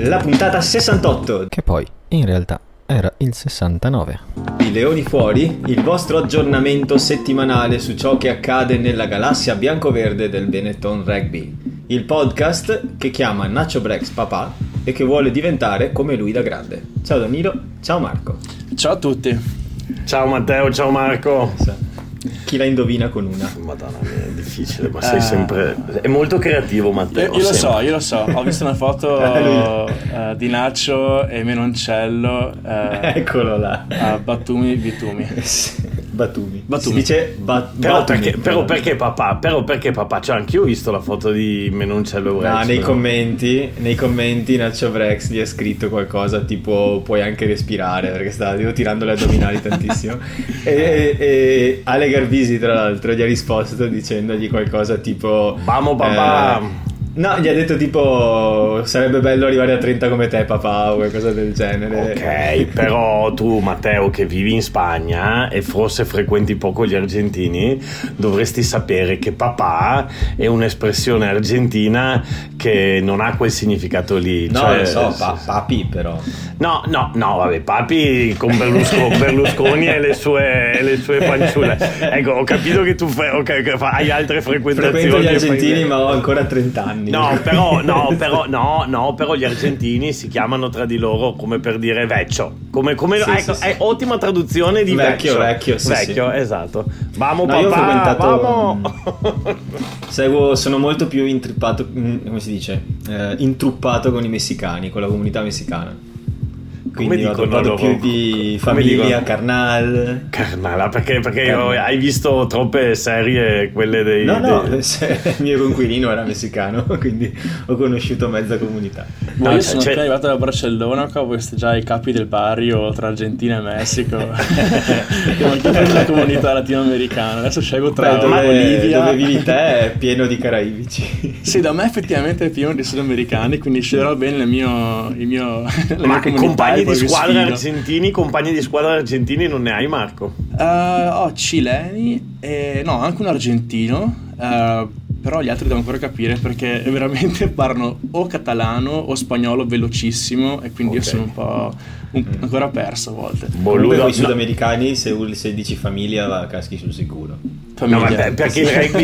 la puntata 68. Che poi, in realtà, era il 69. I Leoni Fuori, il vostro aggiornamento settimanale su ciò che accade nella galassia bianco-verde del Benetton Rugby. Il podcast che chiama Nacho Brex papà e che vuole diventare come lui da grande. Ciao Danilo, ciao Marco. Ciao a tutti. Ciao Matteo, ciao Marco. Chi la indovina con una? Madonna mia, è difficile, ma sei sempre... È molto creativo Matteo. Io lo so. Ho visto una foto di Nacho e Menoncello. Eccolo là. A Batumi Bitumi. Batumi. Si dice però perché papà? Cioè anch'io ho visto la foto di Menoncello Brex. Nei commenti Nacho Brex gli ha scritto qualcosa tipo puoi anche respirare, perché stava tirando le addominali tantissimo. e Ale Garbisi tra l'altro gli ha risposto dicendogli qualcosa tipo vamo papà. No, gli ha detto tipo sarebbe bello arrivare a 30 come te papà o qualcosa del genere. Ok, però tu Matteo che vivi in Spagna e forse frequenti poco gli argentini, dovresti sapere che papà è un'espressione argentina che non ha quel significato lì. No, cioè, lo so, papi però. No, vabbè, papi con Berlusconi e le sue fanciulle. Ecco, ho capito che tu hai altre frequentazioni. Frequento gli argentini ma ho ancora 30 anni. No, però gli argentini si chiamano tra di loro come per dire vecchio. Come sì. È ottima traduzione di vecchio. Vecchio, sì. Esatto. Vamo papà, io ho frequentato, vamo. Sono molto più intrippato, come si dice? Intruppato con i messicani, con la comunità messicana. Quindi ho trovato più di famiglia, carnal, perché hai visto troppe serie quelle dei... No, il mio coinquilino era messicano, quindi ho conosciuto mezza comunità. Io sono appena arrivato da Barcellona, ho visto già i capi del barrio tra Argentina e Messico. La comunità latinoamericana. Adesso scelgo tra Bolivia. Dove vivi te è pieno di caraibici. Sì, da me effettivamente è pieno di sudamericani, quindi sceglierò bene le mie compagni di squadra argentini non ne hai, Marco? Ho cileni e anche un argentino, però gli altri devo ancora capire perché veramente parlano o catalano o spagnolo velocissimo e quindi io sono un po' ancora perso a volte. Comunque con i sudamericani se dici famiglia caschi sul sicuro. No, perché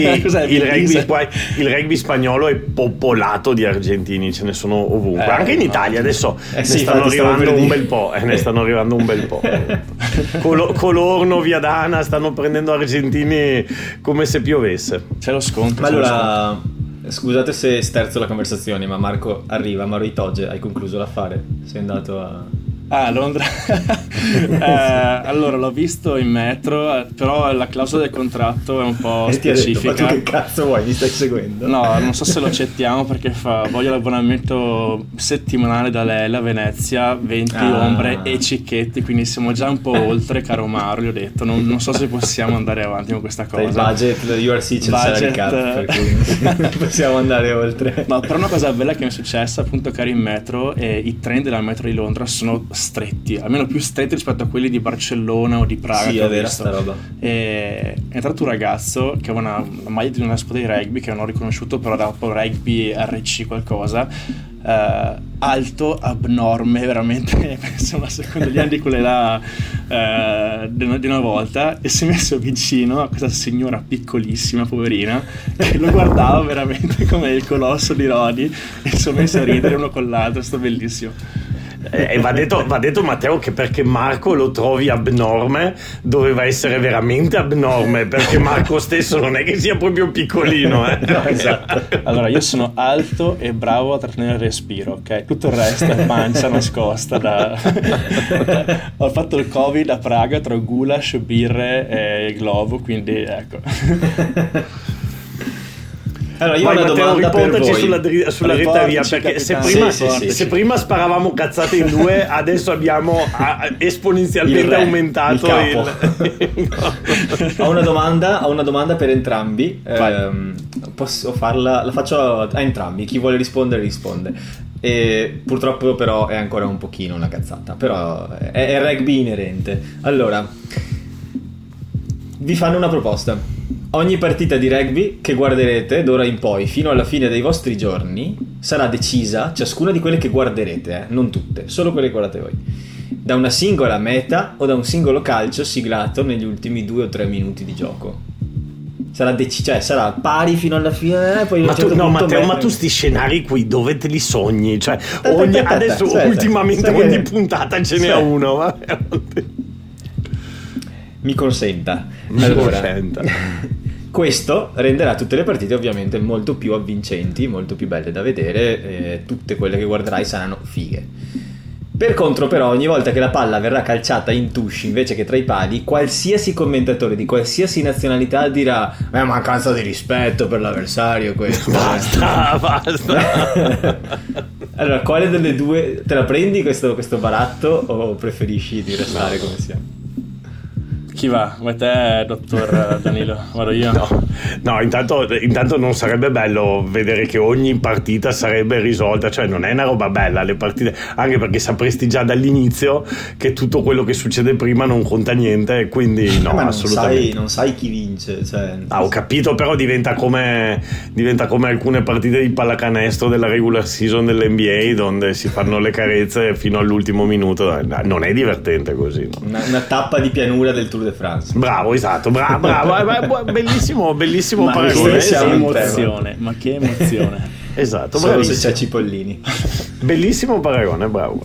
il rugby spagnolo è popolato di argentini, ce ne sono ovunque, anche in Italia adesso ne stanno arrivando un bel po'. Colorno, Viadana stanno prendendo argentini come se piovesse. C'è lo sconto. Ma allora, scusate se sterzo la conversazione, ma Marco arriva, Maro Itoge, hai concluso l'affare? Sei andato a Londra. Allora l'ho visto in metro, però la clausola del contratto è un po' specifica. Ma tu che cazzo vuoi? Mi stai seguendo? No, non so se lo accettiamo perché voglio l'abbonamento settimanale da Lela a Venezia, 20 ombre e cicchetti, quindi siamo già un po' oltre, caro Maro, gli ho detto, non so se possiamo andare avanti con questa cosa. Il budget, URC c'è il salary cap, per cui possiamo andare oltre. No, però una cosa bella che mi è successa appunto che ero in metro e i treni della metro di Londra sono stretti, almeno più stretti rispetto a quelli di Barcellona o di Praga. Sì, è vera sta roba. E è entrato un ragazzo che aveva una maglia di una squadra di rugby che non ho riconosciuto, però da un po' rugby RC qualcosa, alto, abnorme, veramente penso una seconda gli anni quelle là di una volta, e si è messo vicino a questa signora piccolissima, poverina, che lo guardava veramente come il colosso di Rodi e si sono messi a ridere uno con l'altro. È stato bellissimo. E va detto Matteo che perché Marco lo trovi abnorme doveva essere veramente abnorme, perché Marco stesso non è che sia proprio piccolino, No, esatto. Allora io sono alto e bravo a trattenere il respiro, ok? Tutto il resto è pancia nascosta ho fatto il Covid a Praga tra goulash, birre e globo, quindi ecco. Allora io ho una domanda per voi sulla retta via, perché se prima sparavamo cazzate in due, adesso abbiamo esponenzialmente aumentato Ho una domanda per entrambi. Posso farla? La faccio a entrambi, chi vuole rispondere risponde. E purtroppo però è ancora un pochino una cazzata, però è rugby inerente. Allora, vi fanno una proposta. Ogni partita di rugby che guarderete d'ora in poi fino alla fine dei vostri giorni sarà decisa, ciascuna di quelle che guarderete, non tutte, solo quelle che guardate voi, da una singola meta o da un singolo calcio siglato negli ultimi 2 o 3 minuti di gioco. Sarà cioè sarà pari fino alla fine, poi ma tu, no, Matteo, ma tu sti scenari qui dove te li sogni? Cioè adesso ultimamente ogni puntata ce n'è uno, va? Mi consenta. Allora, questo renderà tutte le partite ovviamente molto più avvincenti, molto più belle da vedere, tutte quelle che guarderai saranno fighe. Per contro però ogni volta che la palla verrà calciata in touche invece che tra i pali, qualsiasi commentatore di qualsiasi nazionalità dirà è mancanza di rispetto per l'avversario questo. Basta. Allora, quale delle due te la prendi questo baratto o preferisci di restare come siamo? Chi va? Vuoi te, dottor Danilo? Vado io? No, intanto non sarebbe bello vedere che ogni partita sarebbe risolta, cioè non è una roba bella le partite, anche perché sapresti già dall'inizio che tutto quello che succede prima non conta niente, quindi no, ma assolutamente. Non sai chi vince, cioè... Ho capito, però diventa come alcune partite di pallacanestro della regular season dell'NBA dove si fanno le carezze fino all'ultimo minuto, non è divertente così, no? Una tappa di pianura del Tour de France. Bravo, esatto, bravo. bellissimo paragone. Ma che emozione. Esatto, solo bravissimo. se c'è Cipollini. Bellissimo paragone, bravo.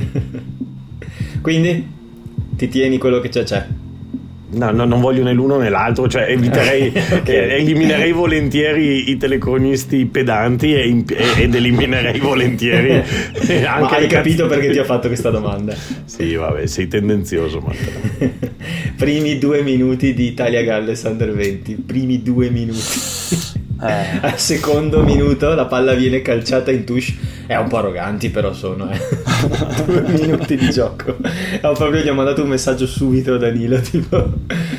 Quindi ti tieni quello che c'è. No, non voglio né l'uno né l'altro, cioè eviterei eliminerei volentieri i telecronisti pedanti ed eliminerei volentieri anche. Ma hai capito perché ti ho fatto questa domanda? Sì, vabbè, sei tendenzioso, Matteo. Primi 2 minuti di Italia-Galles Under 20, primi 2 minuti. Al secondo minuto la palla viene calciata in touche. È un po' arroganti però sono 2 minuti di gioco. Proprio gli ho mandato un messaggio subito a Danilo tipo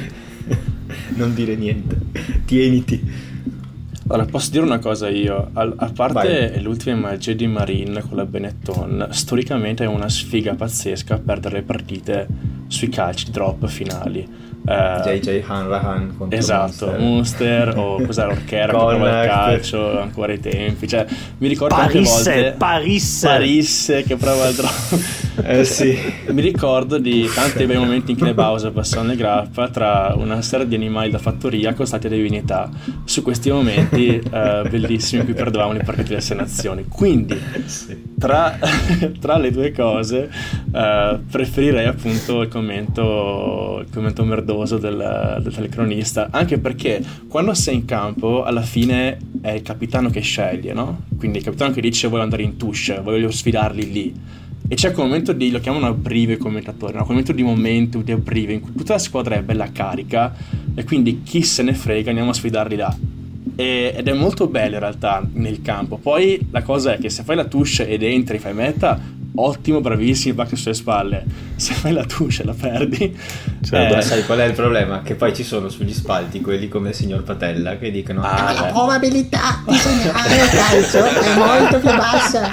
non dire niente, tieniti. Allora, posso dire una cosa io, a parte l'ultima immagine di Marin con la Benetton, storicamente è una sfiga pazzesca perdere le partite sui calci drop finali. JJ Hanrahan contro esatto, Munster o cos'era Orchera che prova il calcio ancora ai tempi, cioè mi ricordo anche volte Paris che prova il drop. Sì. Mi ricordo di tanti bei momenti in Clubhouse a Bassone Grappa tra una serie di animali da fattoria accostati a divinità, su questi momenti bellissimi in cui perdevamo le partite delle 6 nazioni. Quindi tra le due cose preferirei appunto il commento merdoso del telecronista, anche perché quando sei in campo alla fine è il capitano che sceglie, no? Quindi il capitano che dice voglio andare in touche, voglio sfidarli lì, e c'è quel momento lo chiamano abbrivio i commentatori, no? Quel momento di momento di abbrivio in cui tutta la squadra è bella carica e quindi chi se ne frega, andiamo a sfidarli là. Ed è molto bello in realtà nel campo. Poi la cosa è che se fai la touche ed entri, fai meta, ottimo, bravissimo, bacche sulle spalle. Se fai la touche e la perdi, sai qual è il problema? Che poi ci sono sugli spalti quelli come il signor Patella che dicono la probabilità di segnare il calcio è molto più bassa.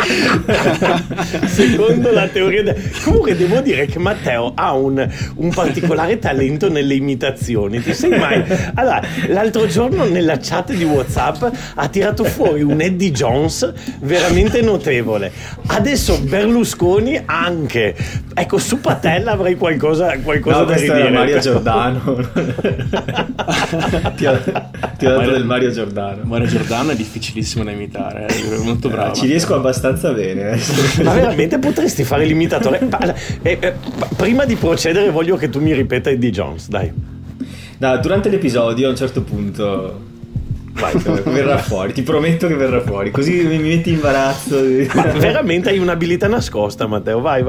Secondo la teoria comunque devo dire che Matteo ha un particolare talento nelle imitazioni. Ti sei mai... Allora, l'altro giorno nella chat di WhatsApp ha tirato fuori un Eddie Jones veramente notevole. Adesso Berlusconi anche. Ecco, su Patella avrei qualcosa da ridire. Mario Giordano. ti ho dato del Mario Giordano. Mario Giordano è difficilissimo da imitare, è molto bravo. Ci riesco abbastanza bene. Ma veramente potresti fare l'imitatore? Prima di procedere voglio che tu mi ripeta Eddie Jones, dai. Durante l'episodio a un certo punto verrà fuori, ti prometto che verrà fuori, così mi metti in imbarazzo. Ma veramente hai un'abilità nascosta, Matteo, vai.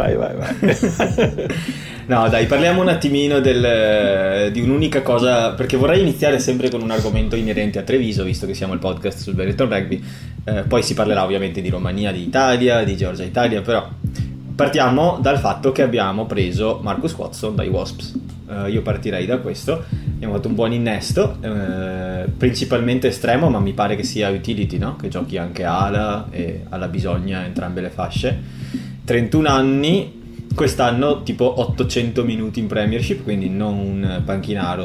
No dai, parliamo un attimino di un'unica cosa, perché vorrei iniziare sempre con un argomento inerente a Treviso, visto che siamo il podcast sul Benetton Rugby. Poi si parlerà ovviamente di Romania, di Italia, di Georgia Italia, però partiamo dal fatto che abbiamo preso Marcus Watson dai Wasps. Io partirei da questo. Abbiamo fatto un buon innesto, principalmente estremo, ma mi pare che sia utility, no? Che giochi anche ala e alla bisogna entrambe le fasce. 31 anni, quest'anno tipo 800 minuti in Premiership, quindi non un panchinaro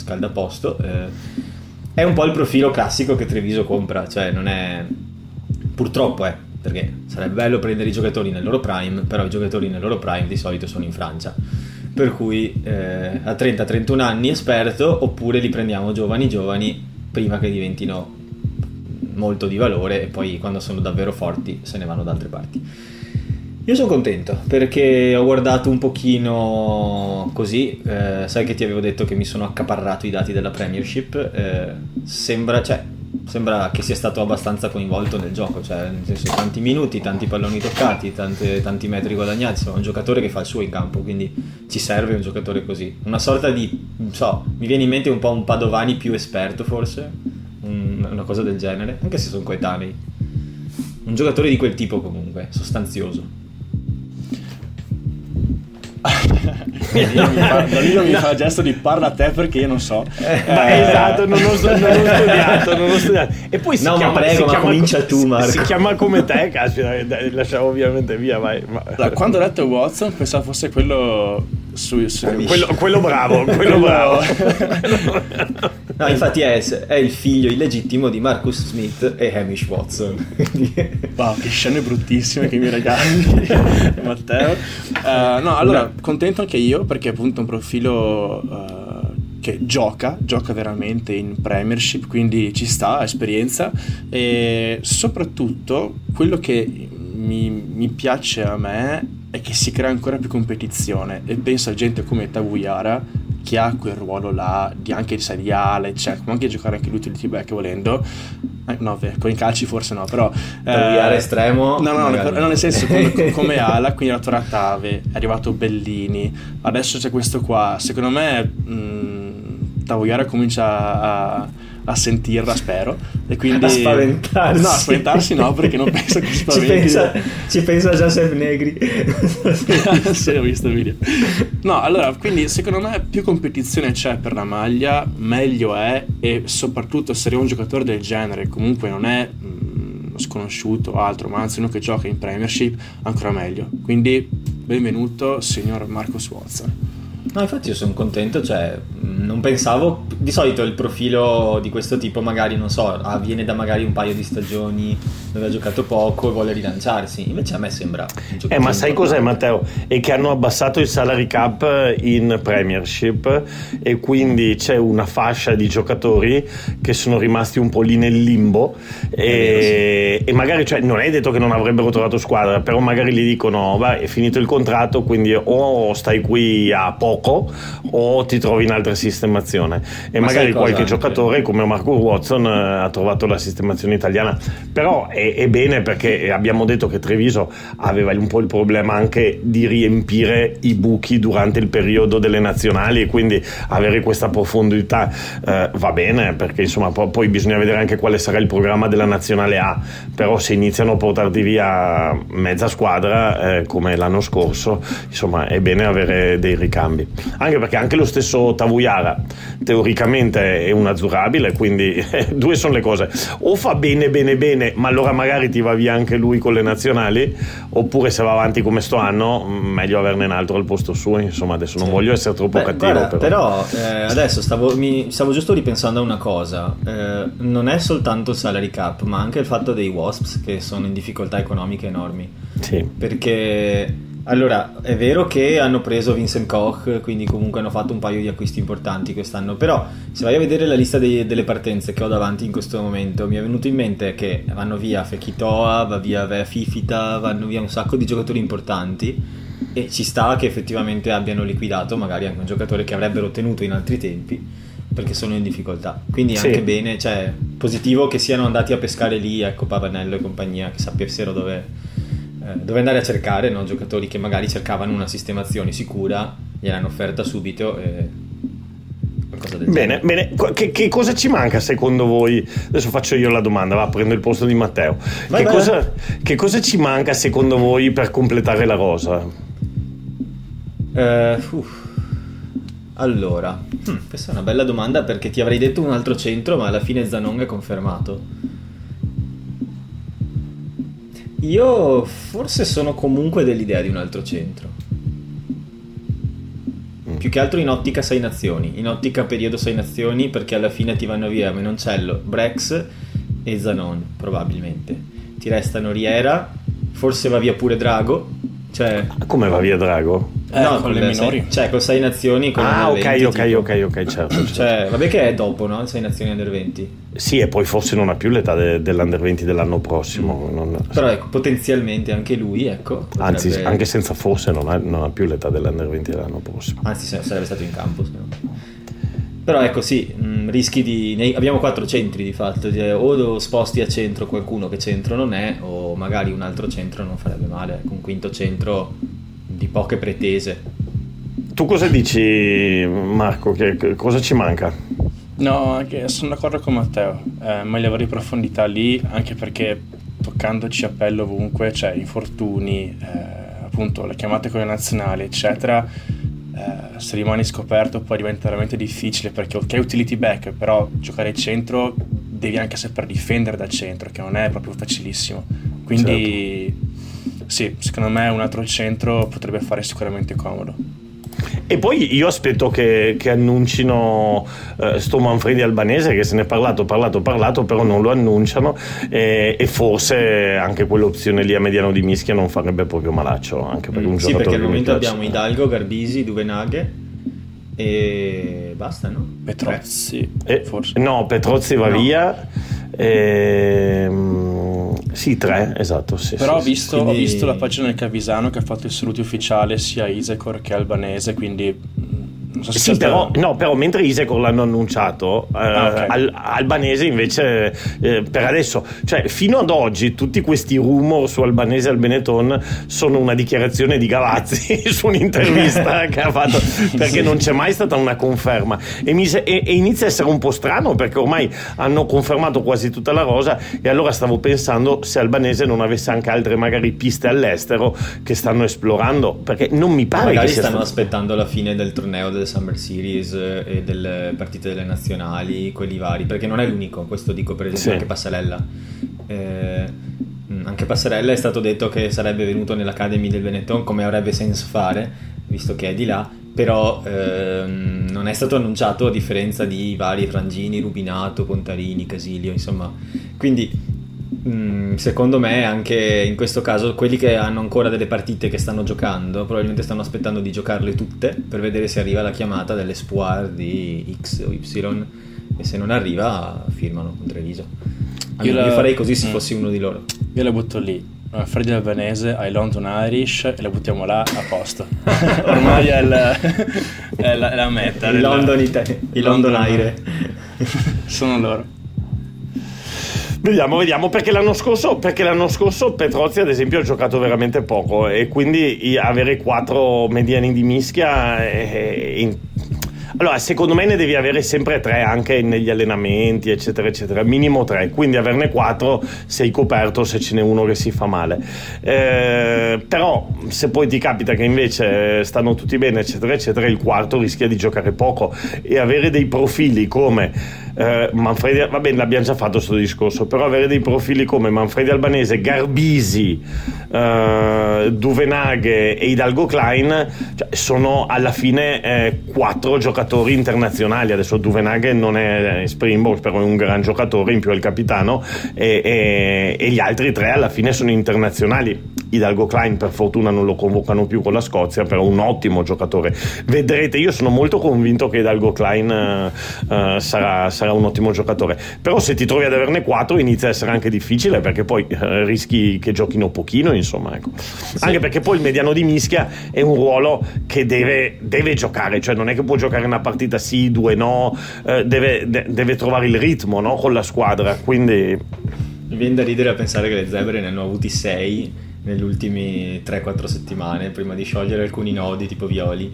scaldaposto. È un po' il profilo classico che Treviso compra, cioè non è purtroppo perché sarebbe bello prendere i giocatori nel loro prime, però i giocatori nel loro prime di solito sono in Francia, per cui a 30-31 anni esperto, oppure li prendiamo giovani prima che diventino molto di valore, e poi quando sono davvero forti se ne vanno da altre parti. Io sono contento perché ho guardato un pochino così, sai che ti avevo detto che mi sono accaparrato i dati della Premiership, sembra che sia stato abbastanza coinvolto nel gioco, cioè nel senso tanti minuti, tanti palloni toccati, tanti metri guadagnati, insomma un giocatore che fa il suo in campo, quindi ci serve un giocatore così, una sorta di, non so, mi viene in mente un po' un Padovani più esperto forse, una cosa del genere, anche se sono coetanei, un giocatore di quel tipo comunque, sostanzioso. Danilo mi fa il gesto di parla a te perché io non so. Esatto, non ho studiato. E poi comincia tu, Marco. Si chiama come te, caspita, lasciamo ovviamente via, vai. Quando ho letto Watson pensavo fosse quello quello bravo. No, infatti è il figlio illegittimo di Marcus Smith e Hamish Watson. Wow, che scene bruttissime che mi regali, Matteo. No, allora, contento anche io perché appunto è un profilo che gioca veramente in Premiership, quindi ci sta, esperienza, e soprattutto quello che mi piace a me è che si crea ancora più competizione, e penso a gente come Tavuyara che ha quel ruolo là anche di seriale, cioè può anche giocare anche lui tutti back volendo, no, con i calci forse no, però Tavuyara estremo, no, nel senso come ala, quindi la Toratave, è arrivato Bellini, adesso c'è questo qua, secondo me Tavuyara comincia a sentirla, spero, e quindi a spaventarsi. No, a spaventarsi no, perché non penso che si spaventi. Ci pensa già Seb Negri. Sì, ho visto il video. No, allora, quindi secondo me più competizione c'è per la maglia, meglio è, e soprattutto se un giocatore del genere comunque non è sconosciuto o altro, ma anzi uno che gioca in Premiership, ancora meglio. Quindi benvenuto signor Marcus Watson. No, infatti io sono contento, cioè non pensavo, di solito il profilo di questo tipo magari, non so, viene da magari un paio di stagioni dove ha giocato poco e vuole rilanciarsi, invece a me sembra ma sai cos'è, Matteo? È che hanno abbassato il salary cap in Premiership e quindi c'è una fascia di giocatori che sono rimasti un po' lì nel limbo e magari, cioè, non è detto che non avrebbero trovato squadra, però magari gli dicono è finito il contratto, quindi o stai qui a poco o ti trovi in altra sistemazione, e magari qualche giocatore come Marco Watson ha trovato la sistemazione italiana, però è bene, perché abbiamo detto che Treviso aveva un po' il problema anche di riempire i buchi durante il periodo delle nazionali, e quindi avere questa profondità va bene, perché insomma poi bisogna vedere anche quale sarà il programma della nazionale A, però se iniziano a portarti via mezza squadra come l'anno scorso, insomma è bene avere dei ricambi, anche perché anche lo stesso Tavuyara teoricamente è un azzurrabile, quindi due sono le cose: o fa bene, ma allora magari ti va via anche lui con le nazionali, oppure se va avanti come sto anno meglio averne un altro al posto suo, insomma adesso non voglio essere troppo cattivo. Guarda, però adesso stavo giusto ripensando a una cosa, non è soltanto il salary cap, ma anche il fatto dei Wasps che sono in difficoltà economiche enormi, sì, perché allora è vero che hanno preso Vincent Koch, quindi comunque hanno fatto un paio di acquisti importanti quest'anno, però se vai a vedere la lista delle partenze che ho davanti in questo momento, mi è venuto in mente che vanno via Fekitoa, va via Fifita, vanno via un sacco di giocatori importanti, e ci sta che effettivamente abbiano liquidato magari anche un giocatore che avrebbero ottenuto in altri tempi perché sono in difficoltà, quindi sì, anche bene, cioè positivo che siano andati a pescare lì, ecco, Pavanello e compagnia, che sapessero dove andare a cercare, no? Giocatori che magari cercavano una sistemazione sicura, gliel'hanno offerta subito, e qualcosa del genere. Bene. Che cosa ci manca secondo voi? Adesso faccio io la domanda, prendo il posto di Matteo. Che cosa ci manca secondo voi per completare la rosa? Allora, questa è una bella domanda, perché ti avrei detto un altro centro, ma alla fine Zanon è confermato. Io forse sono comunque dell'idea di un altro centro, più che altro in ottica 6 nazioni, in ottica periodo 6 nazioni, perché alla fine ti vanno via Menoncello, Brex e Zanon probabilmente, ti restano Riera, forse va via pure Drago. Cioè, come va via Drago? No, con le minori. Cioè con 6 nazioni con ok, certo. Cioè, vabbè che è dopo, no? 6 nazioni under 20. Sì, e poi forse non ha più l'età dell'under 20 dell'anno prossimo. Però ecco, potenzialmente anche lui, ecco. Anzi, anche senza forse non ha più l'età dell'under 20 dell'anno prossimo. Anzi, sarebbe stato in campo, però ecco sì, rischi abbiamo 4 centri di fatto, o sposti a centro qualcuno che centro non è, o magari un altro centro non farebbe male, un quinto centro di poche pretese. Tu cosa dici, Marco? Cosa ci manca? No, anche sono d'accordo con Matteo, meglio avere profondità lì, anche perché toccandoci a pelle ovunque, cioè infortuni, appunto le chiamate con le nazionali eccetera, se rimani scoperto poi diventa veramente difficile, perché ok utility back, però giocare centro devi anche saper difendere da centro, che non è proprio facilissimo, quindi sì, secondo me un altro centro potrebbe fare sicuramente comodo. E poi io aspetto che annuncino sto Manfredi Albanese, che se ne è parlato, però non lo annunciano, e forse anche quell'opzione lì a mediano di mischia non farebbe proprio malaccio, anche per un giocatore. Sì, perché al momento abbiamo Hidalgo, Garbisi, Duvenaghe e basta, no? Petrozzi, forse. No, Petrozzi va via. Sì, 3, esatto. Sì, però ho sì, visto, quindi... ho visto la pagina del Cavisano che ha fatto i saluti ufficiali sia a Isecor che Albanese, quindi non so se sì, però mentre Isecor l'hanno annunciato, okay. Albanese invece per adesso, cioè fino ad oggi tutti questi rumor su Albanese al Benetton sono una dichiarazione di Gavazzi su un'intervista che ha fatto, perché non c'è mai stata una conferma, e inizia a essere un po' strano, perché ormai hanno confermato quasi tutta la rosa, e allora stavo pensando se Albanese non avesse anche altre magari piste all'estero che stanno esplorando, perché non mi pare magari che sia stanno aspettando la fine del torneo delle Summer Series e delle partite delle nazionali, quelli vari, perché non è l'unico, questo dico per esempio anche Passarella. Anche Passarella è stato detto che sarebbe venuto nell'Academy del Benetton, come avrebbe senso fare visto che è di là, però non è stato annunciato, a differenza di vari Frangini, Rubinato, Contarini, Casilio, insomma, quindi secondo me anche in questo caso quelli che hanno ancora delle partite che stanno giocando probabilmente stanno aspettando di giocarle tutte per vedere se arriva la chiamata dell'Espoir di X o Y, e se non arriva firmano con Treviso. Io farei così se fossi uno di loro. Io la butto lì, Freddy Albanese ai London Irish, e la buttiamo là a posto. Ormai è la meta. I London Ire sono loro. Vediamo, perché l'anno scorso Petrozzi ad esempio ha giocato veramente poco, e quindi avere 4 mediani di mischia allora secondo me ne devi avere sempre 3 anche negli allenamenti eccetera, minimo 3, quindi averne 4 sei coperto se ce n'è uno che si fa male, però se poi ti capita che invece stanno tutti bene eccetera, il quarto rischia di giocare poco, e avere dei profili come Manfredi, va bene, l'abbiamo già fatto questo discorso, però avere dei profili come Manfredi Albanese, Garbisi, Duvenaghe e Hidalgo Klein, cioè, sono alla fine 4 giocatori internazionali. Adesso Duvenaghe non è Springbok, però è un gran giocatore, in più è il capitano, e gli altri 3 alla fine sono internazionali. Hidalgo Klein per fortuna non lo convocano più con la Scozia, però un ottimo giocatore. Vedrete, io sono molto convinto che Hidalgo Klein sarà un ottimo giocatore, però se ti trovi ad averne 4 inizia a essere anche difficile, perché poi rischi che giochino pochino, insomma, ecco. Sì. Anche perché poi il mediano di mischia è un ruolo che deve giocare, cioè non è che può giocare una partita sì, 2 no, deve trovare il ritmo, no, con la squadra, quindi mi viene da ridere a pensare che le Zebre ne hanno avuti 6 negli ultimi 3-4 settimane prima di sciogliere alcuni nodi tipo Violi.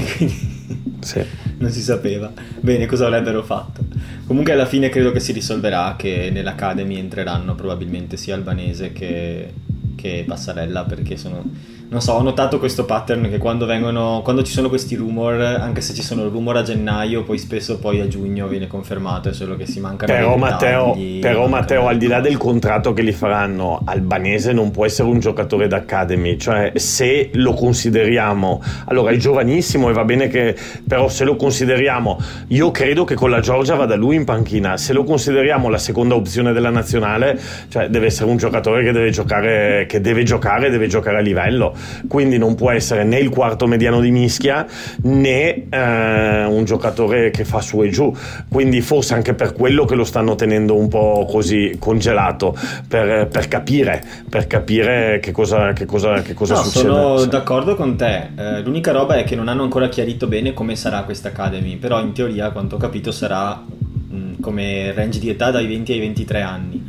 Sì. Non si sapeva bene cosa avrebbero fatto. Comunque alla fine credo che si risolverà, che nell'Academy entreranno probabilmente sia Albanese che Passarella, perché non so, ho notato questo pattern che quando ci sono questi rumor, anche se ci sono rumor a gennaio, poi spesso poi a giugno viene confermato, è solo che si mancano dei dettagli. Però Matteo, al di là del contratto che gli faranno, Albanese non può essere un giocatore d'academy, cioè se lo consideriamo, allora è giovanissimo e va bene che, però se lo consideriamo, io credo che con la Georgia vada lui in panchina, se lo consideriamo la seconda opzione della nazionale, cioè deve essere un giocatore che deve giocare a livello, quindi non può essere né il quarto mediano di mischia né un giocatore che fa su e giù, quindi forse anche per quello che lo stanno tenendo un po' così congelato, per capire che cosa succede. Sono d'accordo con te, l'unica roba è che non hanno ancora chiarito bene come sarà questa Academy, però in teoria, a quanto ho capito, sarà come range di età dai 20 ai 23 anni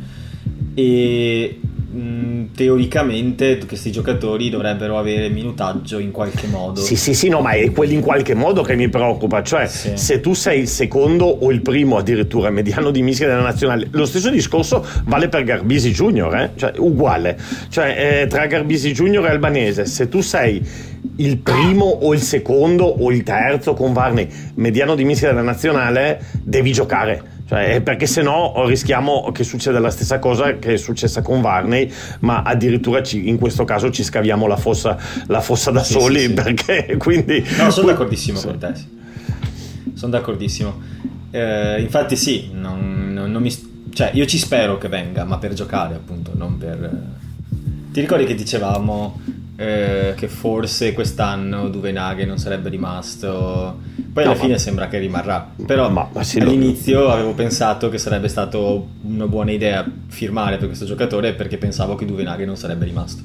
e teoricamente questi giocatori dovrebbero avere minutaggio in qualche modo. Sì, no, ma è quelli in qualche modo che mi preoccupa, cioè sì. Se tu sei il secondo o il primo addirittura mediano di mischia della nazionale, lo stesso discorso vale per Garbisi Junior, cioè uguale, cioè tra Garbisi Junior e Albanese, se tu sei il primo o il secondo o il terzo con Varney mediano di mischia della nazionale, devi giocare. Cioè, perché se no rischiamo che succeda la stessa cosa che è successa con Varney, ma addirittura in questo caso ci scaviamo la fossa da soli, sì. Perché quindi... No, sono d'accordissimo con te, sì. Sono d'accordissimo. Infatti sì, non mi... cioè io ci spero che venga, ma per giocare appunto, non per... Ti ricordi che dicevamo che forse quest'anno Duvenaghe non sarebbe rimasto, poi alla fine sembra che rimarrà, però all'inizio avevo pensato che sarebbe stato una buona idea firmare per questo giocatore perché pensavo che Duvenaghe non sarebbe rimasto.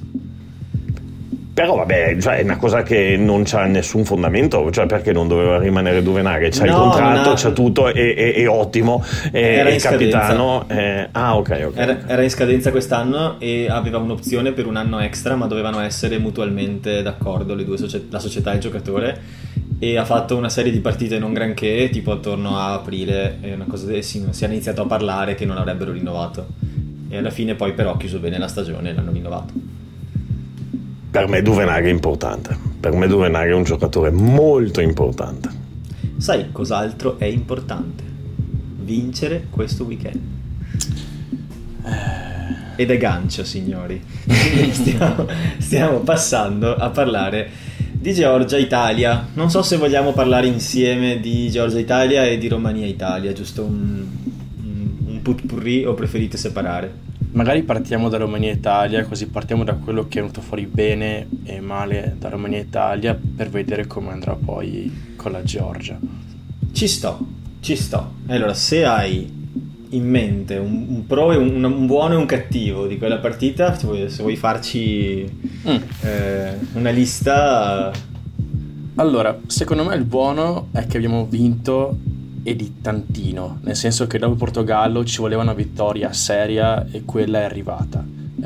Però vabbè, cioè è una cosa che non c'ha nessun fondamento, cioè perché non doveva rimanere Duvenaghe? C'ha il contratto, c'ha tutto, è ottimo, è il capitano. Ok. Era in scadenza quest'anno e aveva un'opzione per un anno extra, ma dovevano essere mutualmente d'accordo le due la società e il giocatore, e ha fatto una serie di partite non granché, tipo attorno a aprile, una cosa si è iniziato a parlare che non avrebbero rinnovato, e alla fine poi però ha chiuso bene la stagione e l'hanno rinnovato. Per me Duvenaghe è importante, per me Duvenaghe è un giocatore molto importante. Sai cos'altro è importante? Vincere questo weekend. Ed è gancio, signori. stiamo passando a parlare di Georgia-Italia. Non so se vogliamo parlare insieme di Georgia-Italia e di Romania-Italia, giusto un putpurri, o preferite separare? Magari partiamo da Romania-Italia, così partiamo da quello che è venuto fuori bene e male da Romania-Italia per vedere come andrà poi con la Georgia. Ci sto. Allora, se hai in mente un pro e un buono e un cattivo di quella partita, se vuoi farci una lista. Allora, secondo me il buono è che abbiamo vinto e di tantino, nel senso che dopo Portogallo ci voleva una vittoria seria e quella è arrivata.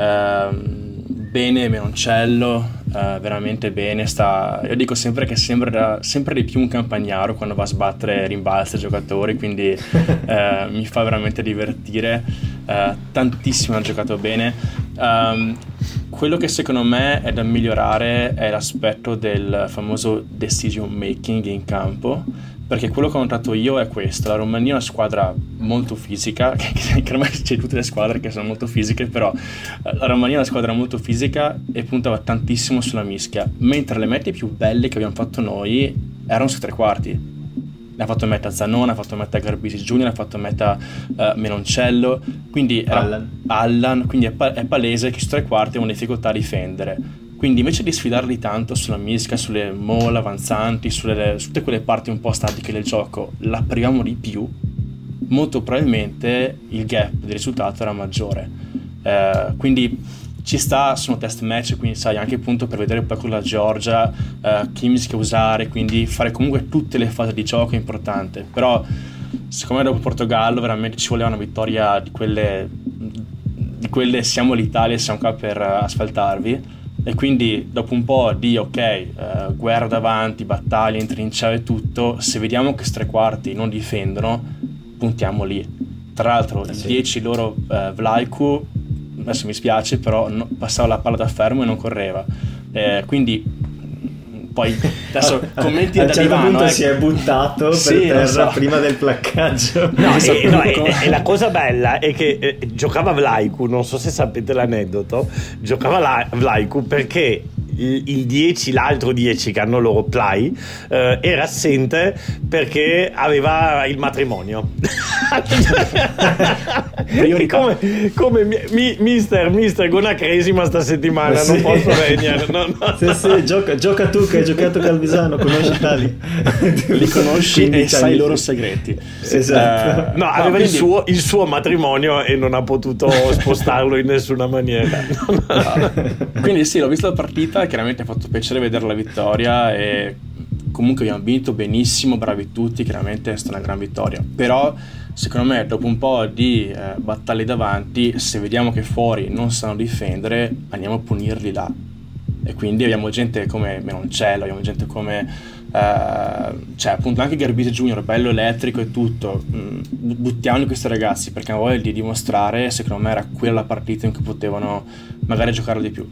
Bene Menoncello, veramente bene, io dico sempre che sembra sempre di più un Campagnaro quando va a sbattere rimbalzi ai giocatori, quindi mi fa veramente divertire, tantissimo ha giocato bene. Quello che secondo me è da migliorare è l'aspetto del famoso decision making in campo, perché quello che ho notato io è questo: la Romania è una squadra molto fisica, che ormai c'è tutte le squadre che sono molto fisiche, però la Romania è una squadra molto fisica e puntava tantissimo sulla mischia, mentre le mete più belle che abbiamo fatto noi erano su tre quarti. Ne ha fatto meta Zanone, ha fatto meta Garbisi Junior, ha fatto meta Menoncello, quindi Allan, quindi è palese che su tre quarti avevano difficoltà a difendere. Quindi invece di sfidarli tanto sulla mischia, sulle mole avanzanti, su tutte quelle parti un po' statiche del gioco, la priviamo di più, molto probabilmente il gap del risultato era maggiore. Quindi ci sta, sono test match, quindi sai anche appunto per vedere poi con la Georgia chi mischia usare, quindi fare comunque tutte le fasi di gioco è importante. Però secondo me dopo Portogallo veramente ci voleva una vittoria di quelle siamo l'Italia, siamo qua per asfaltarvi. E quindi dopo un po' di guerra davanti, battaglia in trincea e tutto, se vediamo che tre quarti non difendono, puntiamo lì. Tra l'altro il 10 loro Vlaicu, adesso mi spiace, però passava la palla da fermo e non correva. quindi poi adesso commenti a un da certo divano, punto si è buttato per terra prima del placcaggio. E la cosa bella è che giocava Vlaicu, non so se sapete l'aneddoto, giocava Vlaicu perché il 10, l'altro 10 che hanno loro Play, era assente perché aveva il matrimonio. come mister Gona Cresima sta settimana, non posso venire. Sì, gioca tu che hai giocato Calvisano, conosci tali, li conosci e sai i loro segreti. Esatto. Aveva il suo matrimonio e non ha potuto spostarlo in nessuna maniera. Quindi sì, l'ho visto la partita, chiaramente ha fatto piacere vedere la vittoria e comunque abbiamo vinto benissimo, bravi tutti, chiaramente è stata una gran vittoria, però secondo me dopo un po' di battaglie davanti, se vediamo che fuori non sanno difendere, andiamo a punirli là, e quindi abbiamo gente come Menoncello, abbiamo gente come cioè appunto anche Garbisi Junior, bello elettrico e tutto, buttiamo questi ragazzi perché hanno voglia di dimostrare. Secondo me era quella la partita in cui potevano magari giocare di più.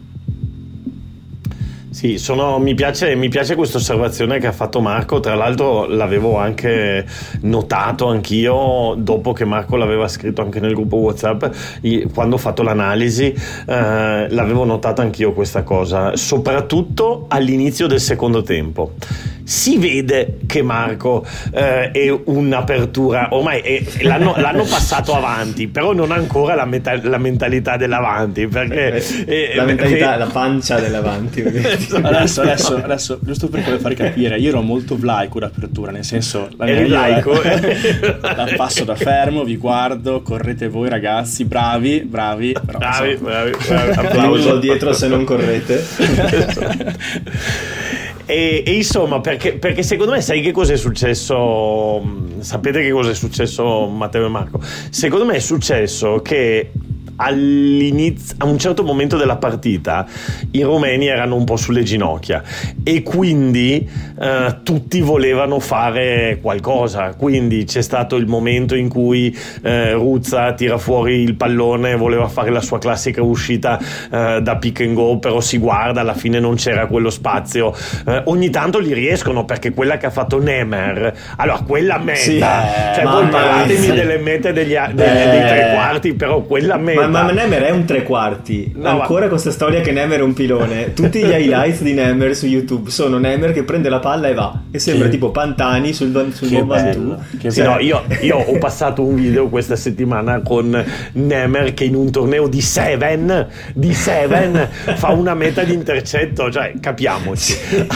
Sì, mi piace questa osservazione che ha fatto Marco. Tra l'altro l'avevo anche notato anch'io dopo che Marco l'aveva scritto anche nel gruppo WhatsApp, quando ho fatto l'analisi, l'avevo notata anch'io questa cosa, soprattutto all'inizio del secondo tempo. Si vede che Marco è un'apertura, ormai l'hanno passato avanti, però non ancora la mentalità dell'avanti, perché la mentalità, la pancia dell'avanti. Adesso giusto per far capire, io ero molto Vlaicu d'apertura, nel senso la la passo da fermo, vi guardo, correte voi ragazzi, bravi, applauso dietro se non correte. E insomma, perché secondo me, sai che cosa è successo? Sapete che cosa è successo, Matteo e Marco? Secondo me è successo che all'inizio, a un certo momento della partita, i rumeni erano un po' sulle ginocchia e quindi tutti volevano fare qualcosa. Quindi c'è stato il momento in cui Ruzza tira fuori il pallone, voleva fare la sua classica uscita da pick and go, però si guarda, alla fine non c'era quello spazio. Ogni tanto li riescono, perché quella che ha fatto Nemer, allora quella meta, sì, cioè voi parlatemi delle mete dei tre quarti, però quella meta. Ma Nemer è un tre quarti. No, ancora con questa storia che Nemer è un pilone. Tutti gli highlights di Nemer su YouTube sono Nemer che prende la palla e va, e sembra tipo Pantani sul nuovo Vantù. Io ho passato un video questa settimana con Nemer che in un torneo di Seven fa una meta di intercetto, cioè capiamoci.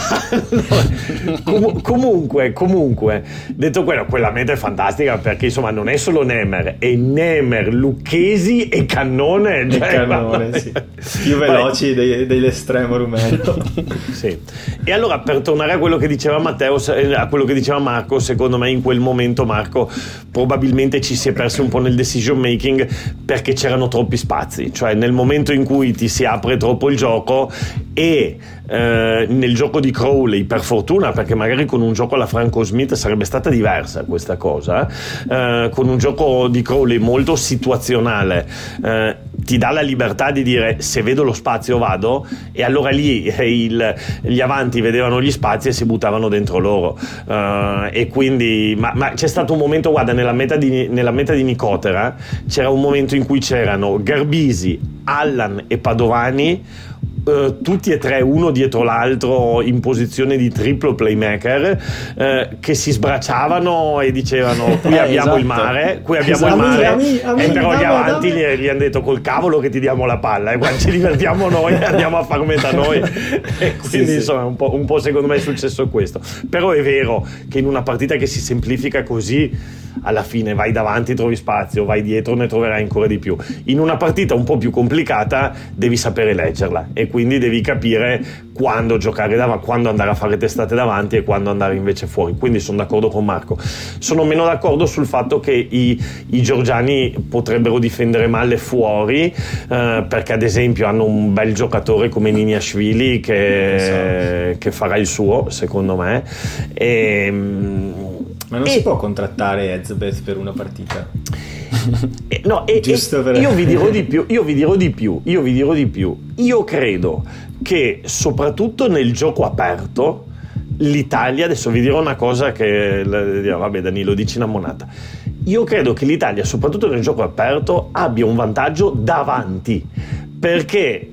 Comunque detto quello, quella meta è fantastica, perché insomma non è solo Nemer, è Nemer, Lucchesi e Cannone, sì. Più veloci dell'estremo rumeno. Sì. E allora, per tornare a quello che diceva Matteo, a quello che diceva Marco, secondo me in quel momento Marco probabilmente ci si è perso un po' nel decision making, perché c'erano troppi spazi, cioè nel momento in cui ti si apre troppo il gioco, e nel gioco di Crowley, per fortuna, perché magari con un gioco alla Franco Smith sarebbe stata diversa questa cosa, con un gioco di Crowley molto situazionale, ti dà la libertà di dire: se vedo lo spazio vado, e allora lì gli avanti vedevano gli spazi e si buttavano dentro loro, e quindi ma c'è stato un momento, guarda, nella meta di Nicotera c'era un momento in cui c'erano Garbisi, Allan e Padovani, tutti e tre uno dietro l'altro in posizione di triplo playmaker, che si sbracciavano e dicevano: qui abbiamo il mare, qui abbiamo il mare, e però gli avanti gli hanno detto: col cavolo che ti diamo la palla, e quando ci divertiamo noi andiamo a far metà noi. E quindi insomma un po' secondo me è successo questo. Però è vero che in una partita che si semplifica così, alla fine vai davanti, trovi spazio, vai dietro, ne troverai ancora di più. In una partita un po' più complicata devi sapere leggerla, e quindi devi capire quando giocare quando andare a fare testate davanti e quando andare invece fuori. Quindi sono d'accordo con Marco. Sono meno d'accordo sul fatto che i georgiani potrebbero difendere male fuori, perché ad esempio hanno un bel giocatore come Niniashvili che farà il suo, secondo me. Ma non si può contrattare Ezbeth per una partita? Io vi dirò di più. Io credo che soprattutto nel gioco aperto l'Italia, adesso vi dirò una cosa che vabbè Danilo, dici una monata. Io credo che l'Italia, soprattutto nel gioco aperto, abbia un vantaggio davanti, perché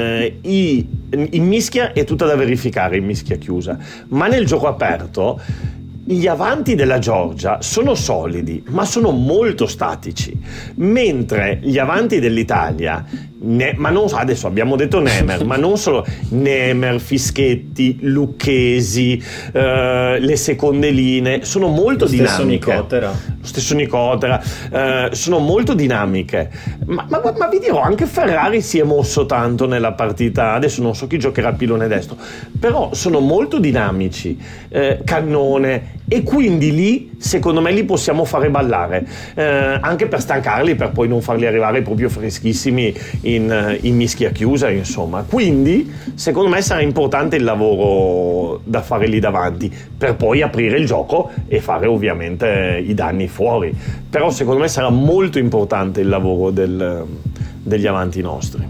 in mischia è tutta da verificare, in mischia chiusa, ma nel gioco aperto gli avanti della Georgia sono solidi, ma sono molto statici, mentre gli avanti dell'Italia, ma non adesso abbiamo detto Nemer, ma non solo Nemer, Fischetti, Lucchesi, le seconde linee sono molto dinamiche. Lo stesso Nicotera, sono molto dinamiche. Ma vi dirò, anche Ferrari si è mosso tanto nella partita. Adesso non so chi giocherà al pilone destro, però sono molto dinamici. Cannone. E quindi lì, secondo me, li possiamo fare ballare, anche per stancarli, per poi non farli arrivare proprio freschissimi in mischia chiusa, insomma. Quindi, secondo me, sarà importante il lavoro da fare lì davanti, per poi aprire il gioco e fare ovviamente i danni fuori. Però, secondo me, sarà molto importante il lavoro degli avanti nostri.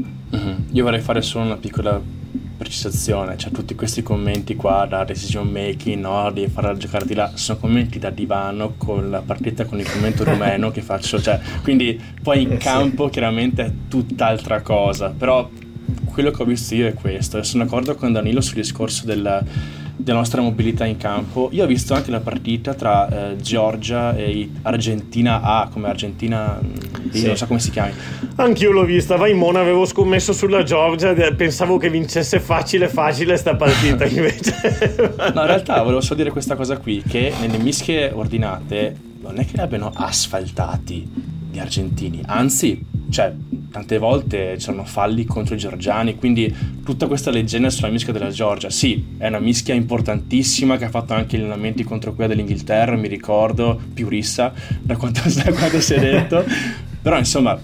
Io vorrei fare solo una piccola precisazione, cioè tutti questi commenti qua da decision making, no, di farla giocare di là, sono commenti da divano con la partita con il commento rumeno che faccio, cioè, quindi poi in campo chiaramente è tutt'altra cosa, però quello che ho visto io è questo, e sono d'accordo con Danilo sul discorso della nostra mobilità in campo. Io ho visto anche la partita tra Georgia e Argentina A, come Argentina non so come si chiami. Anch'io l'ho vista, vai Mona, avevo scommesso sulla Georgia, pensavo che vincesse facile sta partita, invece no, in realtà volevo solo dire questa cosa qui, che nelle mischie ordinate non è che li abbiano asfaltati gli argentini, anzi, cioè tante volte c'erano falli contro i georgiani, quindi tutta questa leggenda sulla mischia della Georgia, sì, è una mischia importantissima che ha fatto anche gli allenamenti contro quella dell'Inghilterra, mi ricordo, più rissa da quanto si è detto, però insomma,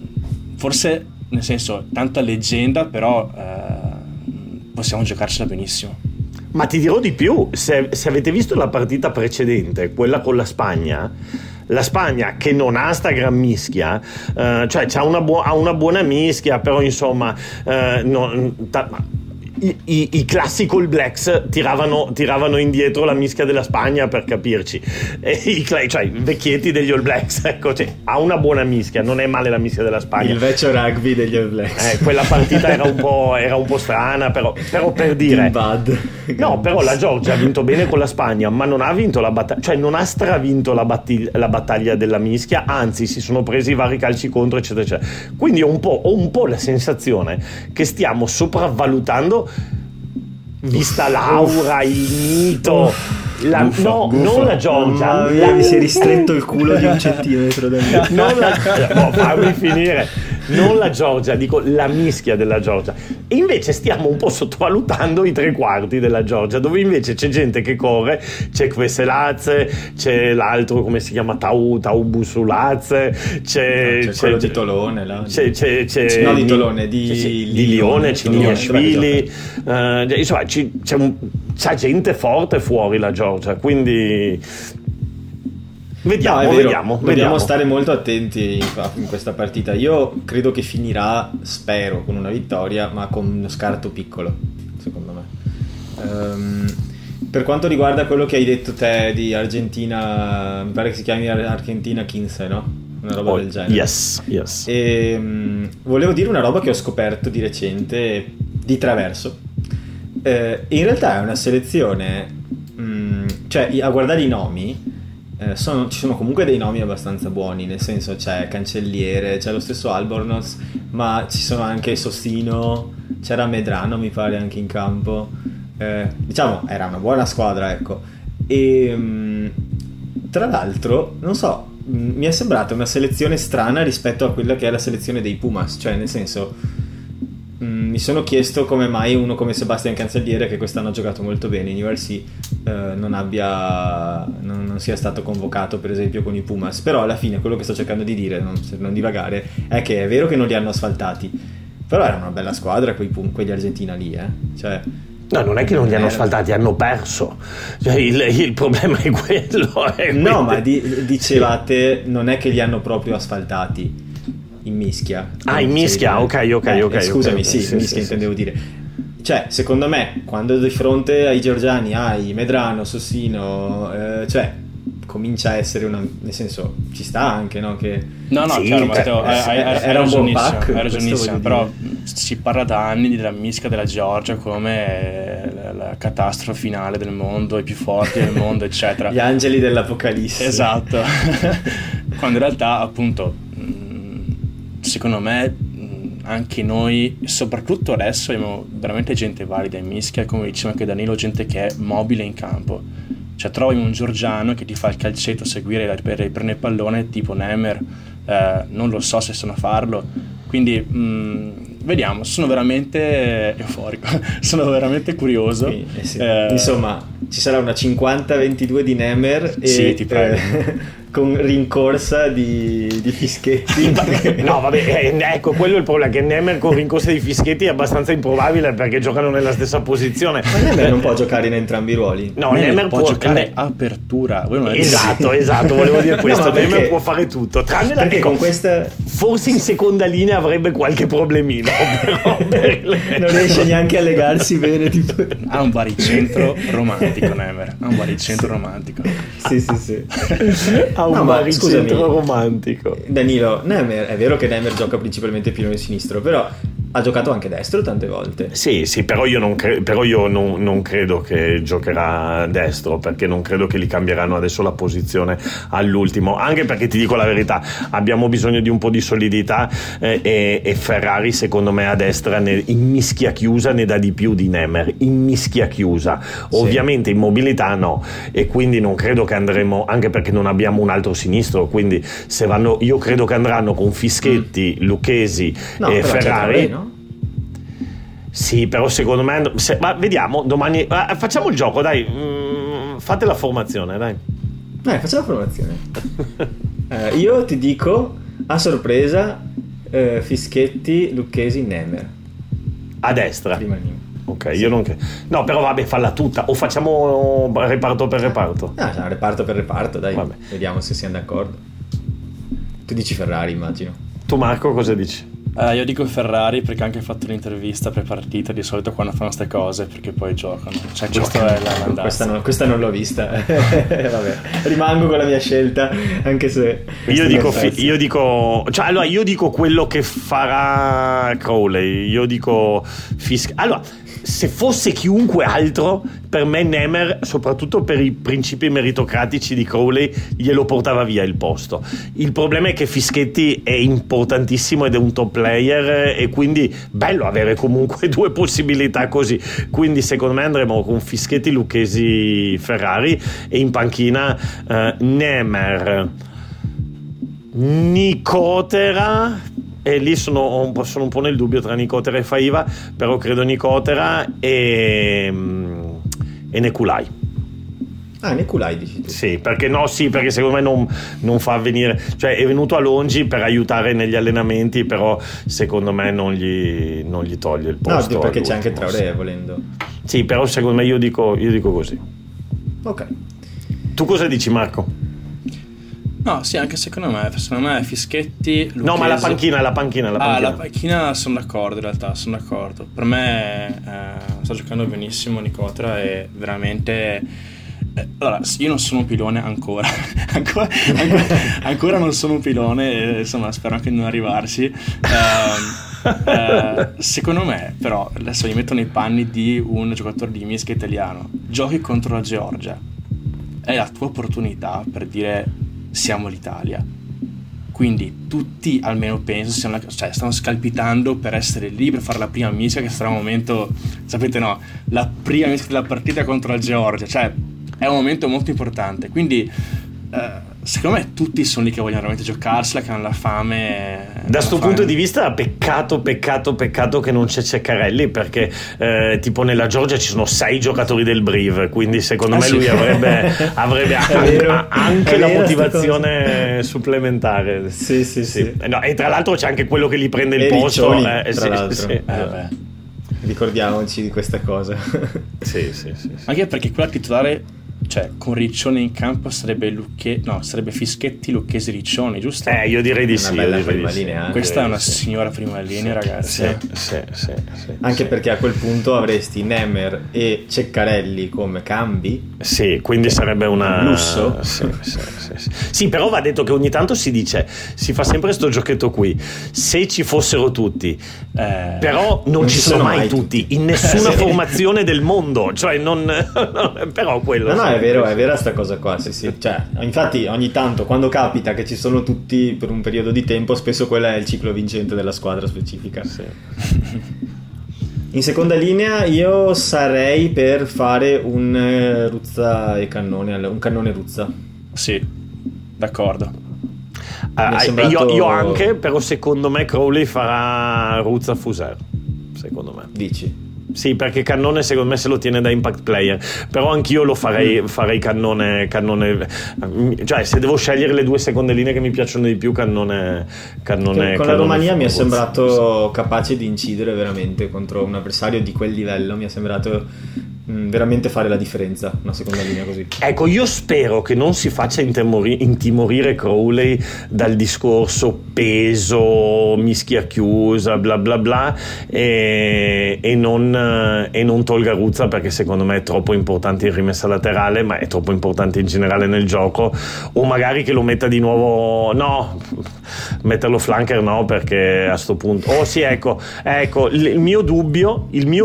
forse, nel senso, tanta leggenda, però possiamo giocarsela benissimo. Ma ti dirò di più, se avete visto la partita precedente, quella con la Spagna, che non ha sta gran mischia, cioè ha una buona mischia, però insomma i classic All Blacks tiravano indietro la mischia della Spagna, per capirci, e cioè i vecchietti degli All Blacks, ecco, cioè, ha una buona mischia, non è male la mischia della Spagna, il vecchio rugby degli All Blacks. Quella partita era un po' strana, però per dire no, però la Georgia ha vinto bene con la Spagna, ma non ha vinto la battaglia, cioè non ha stravinto la battaglia della mischia, anzi si sono presi vari calci contro, eccetera eccetera. Quindi ho un po' la sensazione che stiamo sopravvalutando, vista l'aura, il mito, non la Georgia, mi si è ristretto il culo di 1 centimetro da me. Fammi finire. Non la Georgia, dico la mischia della Georgia. E invece stiamo un po' sottovalutando i tre quarti della Georgia, dove invece c'è gente che corre, c'è Queselazze, c'è l'altro, come si chiama, Taubusulazze, c'è quello di Tolone là. No, di Tolone, di Lione, c'è Niashvili, insomma c'è gente forte fuori la Georgia, quindi Vediamo. Stare molto attenti in questa partita. Io credo che finirà, spero, con una vittoria, ma con uno scarto piccolo, secondo me. Per quanto riguarda quello che hai detto te di Argentina, mi pare che si chiami Argentina 15, no? Una roba del genere. Yes. E volevo dire una roba che ho scoperto di recente, di traverso. In realtà è una selezione, cioè a guardare i nomi, ci sono comunque dei nomi abbastanza buoni, nel senso c'è Cancelliere, c'è lo stesso Albornoz, ma ci sono anche Sostino, c'era Medrano mi pare anche in campo, diciamo era una buona squadra, ecco. E tra l'altro non so, mi è sembrata una selezione strana rispetto a quella che è la selezione dei Pumas, cioè nel senso mi sono chiesto come mai uno come Sebastian Cancelliere, che quest'anno ha giocato molto bene in URC, non sia stato convocato per esempio con i Pumas. Però alla fine quello che sto cercando di dire, per non divagare, è che è vero che non li hanno asfaltati, però era una bella squadra quegli Argentina lì, cioè No, non è che non li hanno asfaltati, hanno perso. Cioè, il problema è quello. No, ma dicevate, non è che li hanno proprio asfaltati in mischia. Ah, in mischia, ok. Scusami, sì, in mischia intendevo dire. Cioè, secondo me, quando di fronte ai georgiani hai Medrano, Sossino, cioè comincia a essere nel senso, ci sta anche, no? Che no, sì, chiaro, Matteo, era un buon pack, hai ragionissimo, però si parla da anni della mischia della Georgia come la catastrofe finale del mondo, i più forti del mondo, eccetera. Gli angeli dell'Apocalisse. Esatto. Quando in realtà, appunto, secondo me anche noi, soprattutto adesso, abbiamo veramente gente valida in mischia, come diceva anche Danilo, gente che è mobile in campo. Cioè trovi un georgiano che ti fa il calcetto, seguire per prendere il pallone tipo Nemer, non lo so se sono a farlo, quindi vediamo, sono veramente euforico, sono veramente curioso. Sì. Insomma, ci sarà una 50-22 di Nemer e sì, ti prego. Con rincorsa di Fischetti. No, vabbè, ecco, quello è il problema, che Nemer con rincorsa di Fischetti è abbastanza improbabile perché giocano nella stessa posizione. Ma Nemer non può giocare in entrambi i ruoli. No, Nemer può giocare apertura. Esatto, volevo dire questo. No, Nemer può fare tutto, tranne la con questa forse in seconda linea avrebbe qualche problemino, però non riesce neanche a legarsi bene, tipo. Ha un baricentro romantico Nemer, romantico. Sì. Ha un baricentro romantico. Danilo, Nemer, è vero che Nemer gioca principalmente pilone sinistro, però ha giocato anche destro tante volte. Sì, però io non credo che giocherà destro, perché non credo che gli cambieranno adesso la posizione all'ultimo, anche perché ti dico la verità, abbiamo bisogno di un po' di solidità e Ferrari secondo me a destra in mischia chiusa ne dà di più di Nemer, in mischia chiusa. Ovviamente in mobilità no, e quindi non credo che andremo, anche perché non abbiamo un altro sinistro, quindi se vanno, io credo che andranno con Fischetti, Lucchesi e Ferrari, no? Sì, però secondo me ma vediamo domani, facciamo il gioco, dai, fate la formazione, dai. Facciamo la formazione. Io ti dico a sorpresa Fischetti, Lucchesi, Nemer a destra. Ok, sì. Io non no, però vabbè, falla tutta o facciamo reparto per reparto. Reparto per reparto, dai. Vabbè. Vediamo se siamo d'accordo. Tu dici Ferrari, immagino. Tu Marco cosa dici? Io dico Ferrari perché ho anche fatto l'intervista pre-partita, di solito quando fanno queste cose, perché poi giocano. Cioè, questo è l'andazzo. Questa non l'ho vista. Vabbè, rimango con la mia scelta, anche se io dico quello che farà Crowley. Io dico allora, se fosse chiunque altro, per me Nemer, soprattutto per i principi meritocratici di Crowley, glielo portava via il posto. Il problema è che Fischetti è importantissimo ed è un top player, e quindi bello avere comunque due possibilità così. Quindi secondo me andremo con Fischetti, Lucchesi, Ferrari, e in panchina Nemer, Nicotera, e lì sono un po' nel dubbio tra Nicotera e Faiva, però credo Nicotera e Nekulai. Nekulai dici tu? Sì, perché secondo me non fa venire, cioè è venuto a Longi per aiutare negli allenamenti, però secondo me non gli toglie il posto. No, perché c'è anche Traoré, volendo. Sì, però secondo me io dico così. Ok. Tu cosa dici, Marco? No, sì, anche secondo me Fischetti, Lucchesi. No, ma la panchina. La panchina sono d'accordo, in realtà, Per me sta giocando benissimo Nicotera, e veramente allora, io non sono un pilone ancora. ancora non sono un pilone, insomma, spero anche di non arrivarci. Secondo me, però, adesso mi metto nei panni di un giocatore di mischia italiano. Giochi contro la Georgia, è la tua opportunità per dire siamo l'Italia. Quindi tutti, almeno penso, stanno scalpitando per essere lì, per fare la prima mischia, che sarà un momento, sapete, no, la prima mischia della partita contro la Georgia, cioè è un momento molto importante. Quindi secondo me tutti sono lì che vogliono veramente giocarsela, che hanno la fame. Da sto punto di vista peccato che non c'è Ceccarelli, perché tipo nella Georgia ci sono 6 giocatori del Brive, quindi secondo me lui avrebbe anche la motivazione supplementare. Sì. No, e tra l'altro c'è anche quello che gli prende il posto. Riccioli, tra l'altro. ricordiamoci di questa cosa. Sì. Anche perché quella titolare, cioè con Riccione in campo sarebbe Fischetti, Lucchesi, Riccioni, giusto? Io direi di sì. Una bella prima linea. Questa è una signora prima linea, ragazzi. Sì. Anche perché a quel punto avresti Nemer e Ceccarelli come cambi. Sì, quindi sarebbe una lusso. Sì, però va detto che ogni tanto si fa sempre sto giochetto qui. Se ci fossero tutti, però non ci sono mai tutti in nessuna formazione del mondo. Cioè però quello. No, è vera sta cosa qua, sì. Cioè, infatti ogni tanto quando capita che ci sono tutti per un periodo di tempo, spesso quello è il ciclo vincente della squadra specifica. Sì. In seconda linea io sarei per fare un Ruzza e Cannone, un Cannone Ruzza. Sì, d'accordo. Io anche, però secondo me Crowley farà Ruzza Fuser, secondo me. Dici? Sì, perché Cannone secondo me se lo tiene da impact player, però anch'io lo farei Cannone, cioè se devo scegliere le due seconde linee che mi piacciono di più, Cannone con la Romania mi è sembrato capace di incidere veramente contro un avversario di quel livello, mi è sembrato veramente fare la differenza una seconda linea così. Ecco, io spero che non si faccia intimorire Crowley dal discorso peso, mischia chiusa, bla bla bla, e non tolga Ruzza, perché secondo me è troppo importante in rimessa laterale, ma è troppo importante in generale nel gioco. O magari che lo metta di nuovo, no, metterlo flanker no, perché a sto punto sì, ecco il mio dubbio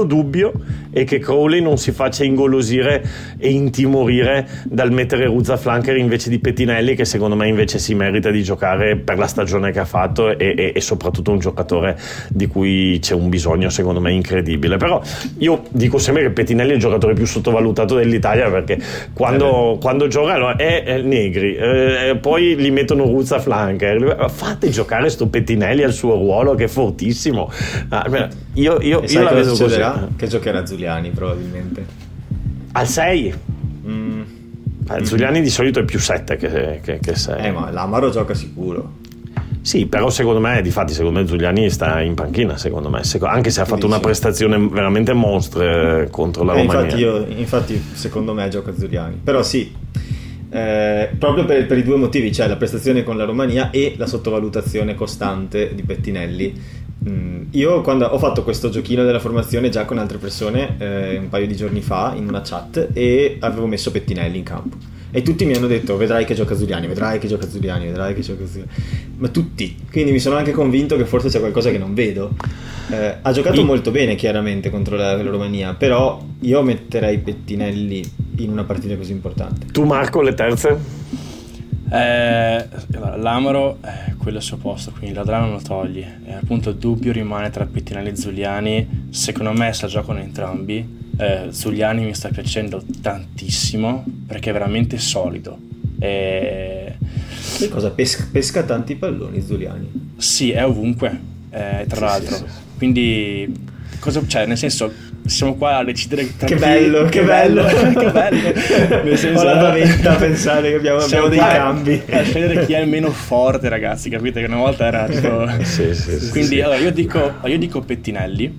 è che Crowley non si faccia ingolosire e intimorire dal mettere Ruzza flanker invece di Pettinelli, che secondo me invece si merita di giocare per la stagione che ha fatto e soprattutto un giocatore di cui c'è un bisogno secondo me incredibile. Però io dico sempre che Pettinelli è il giocatore più sottovalutato dell'Italia, perché quando gioca è Negri, poi gli mettono Ruzza flanker, fate giocare sto Pettinelli al suo ruolo che è fortissimo. Io la vedo così. Che giocherà Zuliani probabilmente al 6. Zuliani di solito è più 7 che 6. Ma l'Amaro gioca sicuro. Sì, però secondo me Zuliani sta in panchina, secondo me, anche se ha fatto una prestazione veramente mostra contro la Romania. Infatti secondo me gioca Zuliani, però sì, proprio per i due motivi, cioè la prestazione con la Romania e la sottovalutazione costante di Pettinelli. Io quando ho fatto questo giochino della formazione già con altre persone un paio di giorni fa in una chat, e avevo messo Pettinelli in campo e tutti mi hanno detto vedrai che gioca Zuliani, ma tutti, quindi mi sono anche convinto che forse c'è qualcosa che non vedo. Ha giocato molto bene chiaramente contro la Romania, però io metterei Pettinelli in una partita così importante. Tu Marco, le terze? L'Amaro è quello al suo posto, quindi Ladrano lo togli, appunto il dubbio rimane tra Pettinelli e Zuliani. Secondo me se la giocano entrambi. Zuliani mi sta piacendo tantissimo perché è veramente solido. Che cosa? Pesca tanti palloni Zuliani? Sì, è ovunque, tra l'altro. Sì. Quindi cioè, nel senso, siamo qua a decidere che bello. Nel senso, ho la paventa a pensare che abbiamo dei cambi a scegliere chi è il meno forte, ragazzi, capite che una volta era tipo... sì. Quindi allora io dico Pettinelli,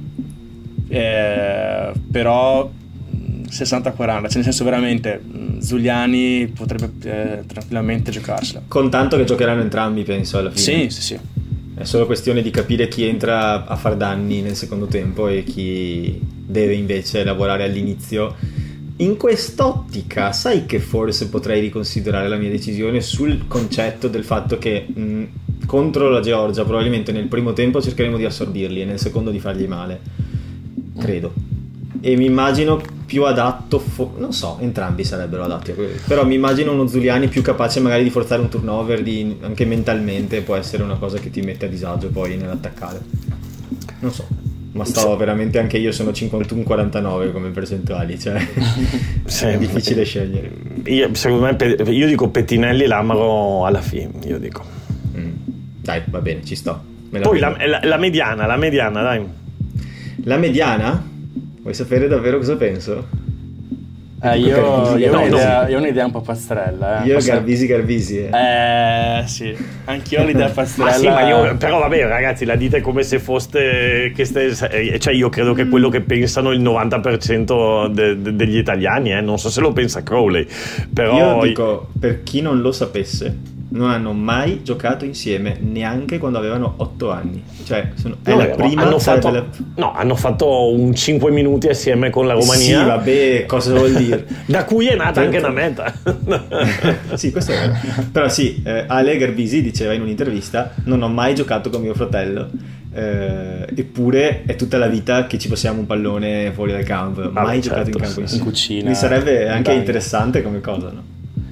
però 60-40, cioè nel senso veramente Zuliani potrebbe tranquillamente giocarsela, con tanto che giocheranno entrambi, penso, alla fine. Sì. È solo questione di capire chi entra a far danni nel secondo tempo e chi deve invece lavorare all'inizio. In quest'ottica, sai che forse potrei riconsiderare la mia decisione sul concetto del fatto che contro la Georgia probabilmente nel primo tempo cercheremo di assorbirli e nel secondo di fargli male, credo. E mi immagino più adatto, non so, entrambi sarebbero adatti, però mi immagino uno Zuliani più capace magari di forzare un turnover, anche mentalmente può essere una cosa che ti mette a disagio poi nell'attaccare, non so, ma veramente anche io sono 51-49 come percentuali, cioè è difficile scegliere. Secondo me io dico Pettinelli e l'Amaro alla fine, io dico. Dai, va bene, ci sto. Poi la mediana, dai. La mediana? Vuoi sapere davvero cosa penso? Io ho un'idea un po' pazzerella. Io Garbisi. Sì, anch'io ho l'idea pazzerella. Sì, però vabbè, ragazzi, la dite come se foste cioè io credo che quello che pensano il 90% degli italiani, non so se lo pensa Crowley, però io dico, per chi non lo sapesse, non hanno mai giocato insieme, neanche quando avevano 8 anni. Cioè, è la prima. Hanno fatto un 5 minuti assieme con la Romania. Sì, vabbè, cosa vuol dire? Da cui è nata anche una meta. Sì, questo è vero. Però sì, Ale Garbisi diceva in un'intervista: non ho mai giocato con mio fratello. Eppure è tutta la vita che ci passiamo un pallone fuori dal campo. Mai giocato in campo insieme. In cucina. Mi sarebbe anche interessante come cosa, no?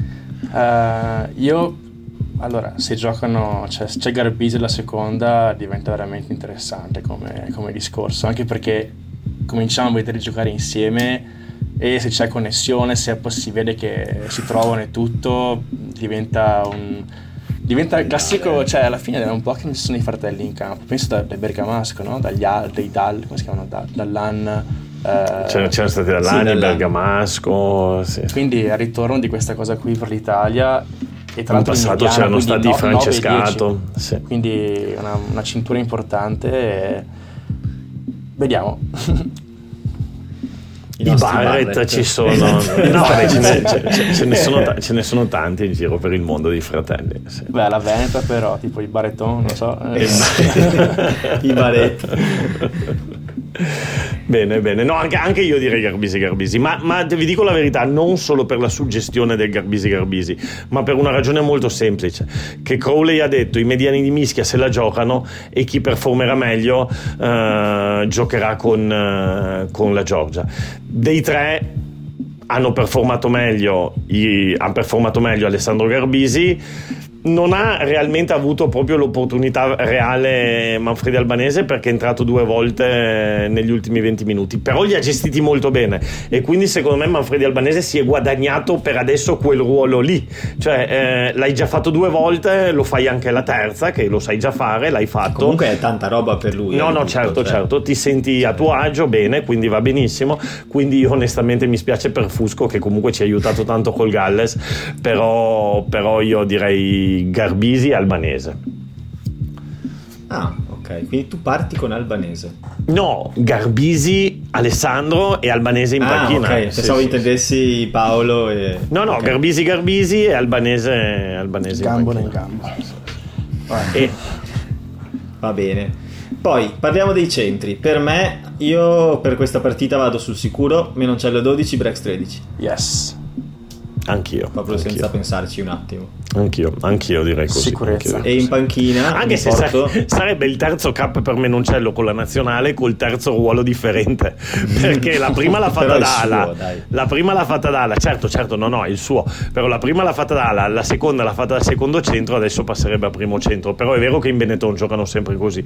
Allora, se giocano, c'è Garbisi la seconda, diventa veramente interessante come discorso, anche perché cominciamo a vedere giocare insieme e se c'è connessione, se si vede che si trovano e tutto, diventa il classico, cioè alla fine è un po' che non ci sono i fratelli in campo, penso dal Bergamasco, no? Come si chiamano? Dall'An. C'erano stati dall'An, il Bergamasco, sì. Quindi al ritorno di questa cosa qui per l'Italia. E tra in passato c'erano stati Francescato, sì. Quindi una cintura importante e vediamo. I Barrett ci sono. No, ce ne sono tanti in giro per il mondo dei fratelli, sì. Beh, la Veneta però, tipo i Barretton, non so. I Barrett. Bene, no, anche io direi Garbisi, ma vi dico la verità, non solo per la suggestione del Garbisi, ma per una ragione molto semplice, che Crowley ha detto: i mediani di Ischia se la giocano e chi performerà meglio giocherà con la Georgia. Dei tre hanno performato meglio Alessandro Garbisi. Non ha realmente avuto proprio l'opportunità reale Manfredi Albanese, perché è entrato 2 volte negli ultimi 20 minuti, però li ha gestiti molto bene e quindi secondo me Manfredi Albanese si è guadagnato per adesso quel ruolo lì, cioè l'hai già fatto 2 volte, lo fai anche la terza, che lo sai già fare, l'hai fatto. Comunque è tanta roba per lui. Certo, ti senti a tuo agio, bene, quindi va benissimo. Quindi io onestamente mi spiace per Fusco, che comunque ci ha aiutato tanto col Galles, però io direi Garbisi e Albanese. Ah, ok, quindi tu parti con Albanese. No, Garbisi, Alessandro e Albanese in panchina. Ok, pensavo intendessi Paolo e... No, okay. Garbisi e Albanese Gambone in in gambo. Va bene. Poi parliamo dei centri. Per me, io per questa partita vado sul sicuro: Menoncello 12, Brex 13. Yes. Anch'io. Proprio senza pensarci un attimo. Anch'io direi così. Sicurezza. E in panchina anche se sarebbe il terzo cap per Menoncello con la nazionale, col terzo ruolo differente, perché la prima l'ha fatta Dalla, la prima l'ha fatta Dalla, certo, no, è il suo, però la prima l'ha fatta Dalla, la seconda l'ha fatta da secondo centro, adesso passerebbe a primo centro, però è vero che in Benetton giocano sempre così.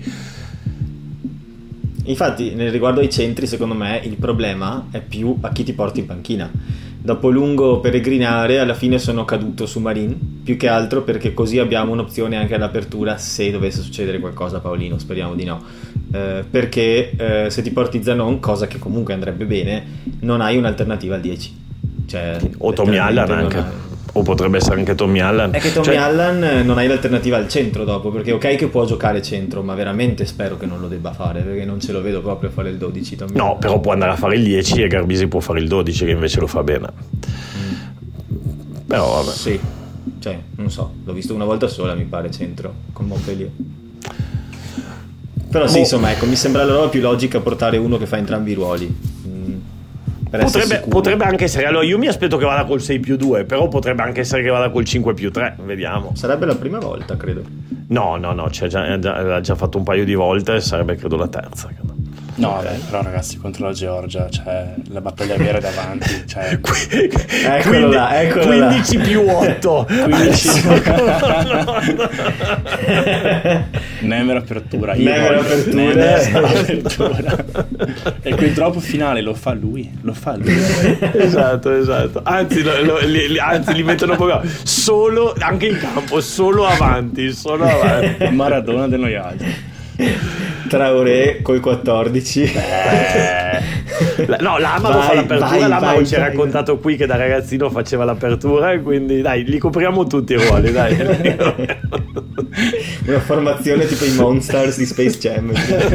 Infatti, nel riguardo ai centri, secondo me il problema è più a chi ti porti in panchina. Dopo lungo peregrinare, alla fine sono caduto su Marin, più che altro perché così abbiamo un'opzione anche all'apertura se dovesse succedere qualcosa, Paolino, speriamo di no. Perché se ti porti Zanon, cosa che comunque andrebbe bene, non hai un'alternativa al 10. Cioè, o Tommy Allan anche. O potrebbe essere anche Tommy Allan. È che Tommy Allan non hai l'alternativa al centro dopo, perché ok che può giocare centro, ma veramente spero che non lo debba fare, perché non ce lo vedo proprio a fare il 12 Tommy no Allan. Però può andare a fare il 10 e Garbisi può fare il 12, che invece lo fa bene. Però vabbè. Sì, cioè non so, l'ho visto una volta sola mi pare centro con Montpellier. Però sì, insomma, ecco, mi sembra la roba più logica portare uno che fa entrambi i ruoli. Potrebbe anche essere, allora io mi aspetto che vada col 6+2, però potrebbe anche essere che vada col 5+3, vediamo. Sarebbe la prima volta, credo. No, cioè ha già fatto un paio di volte, sarebbe credo la terza. No, vabbè, però ragazzi, contro la Georgia, cioè la battaglia vera è davanti, cioè... Eccolo là. 15+8 Nemer apertura. E quel drop finale lo fa lui. Esatto. Anzi li mettono proprio solo, anche in campo, solo avanti. Maradona di noi altri. Traoré col 14. L'Amaro fa l'apertura, l'Amaro ci ha raccontato qui che da ragazzino faceva l'apertura, e quindi dai, li copriamo tutti i ruoli, dai. Una formazione tipo i Monsters di Space Jam.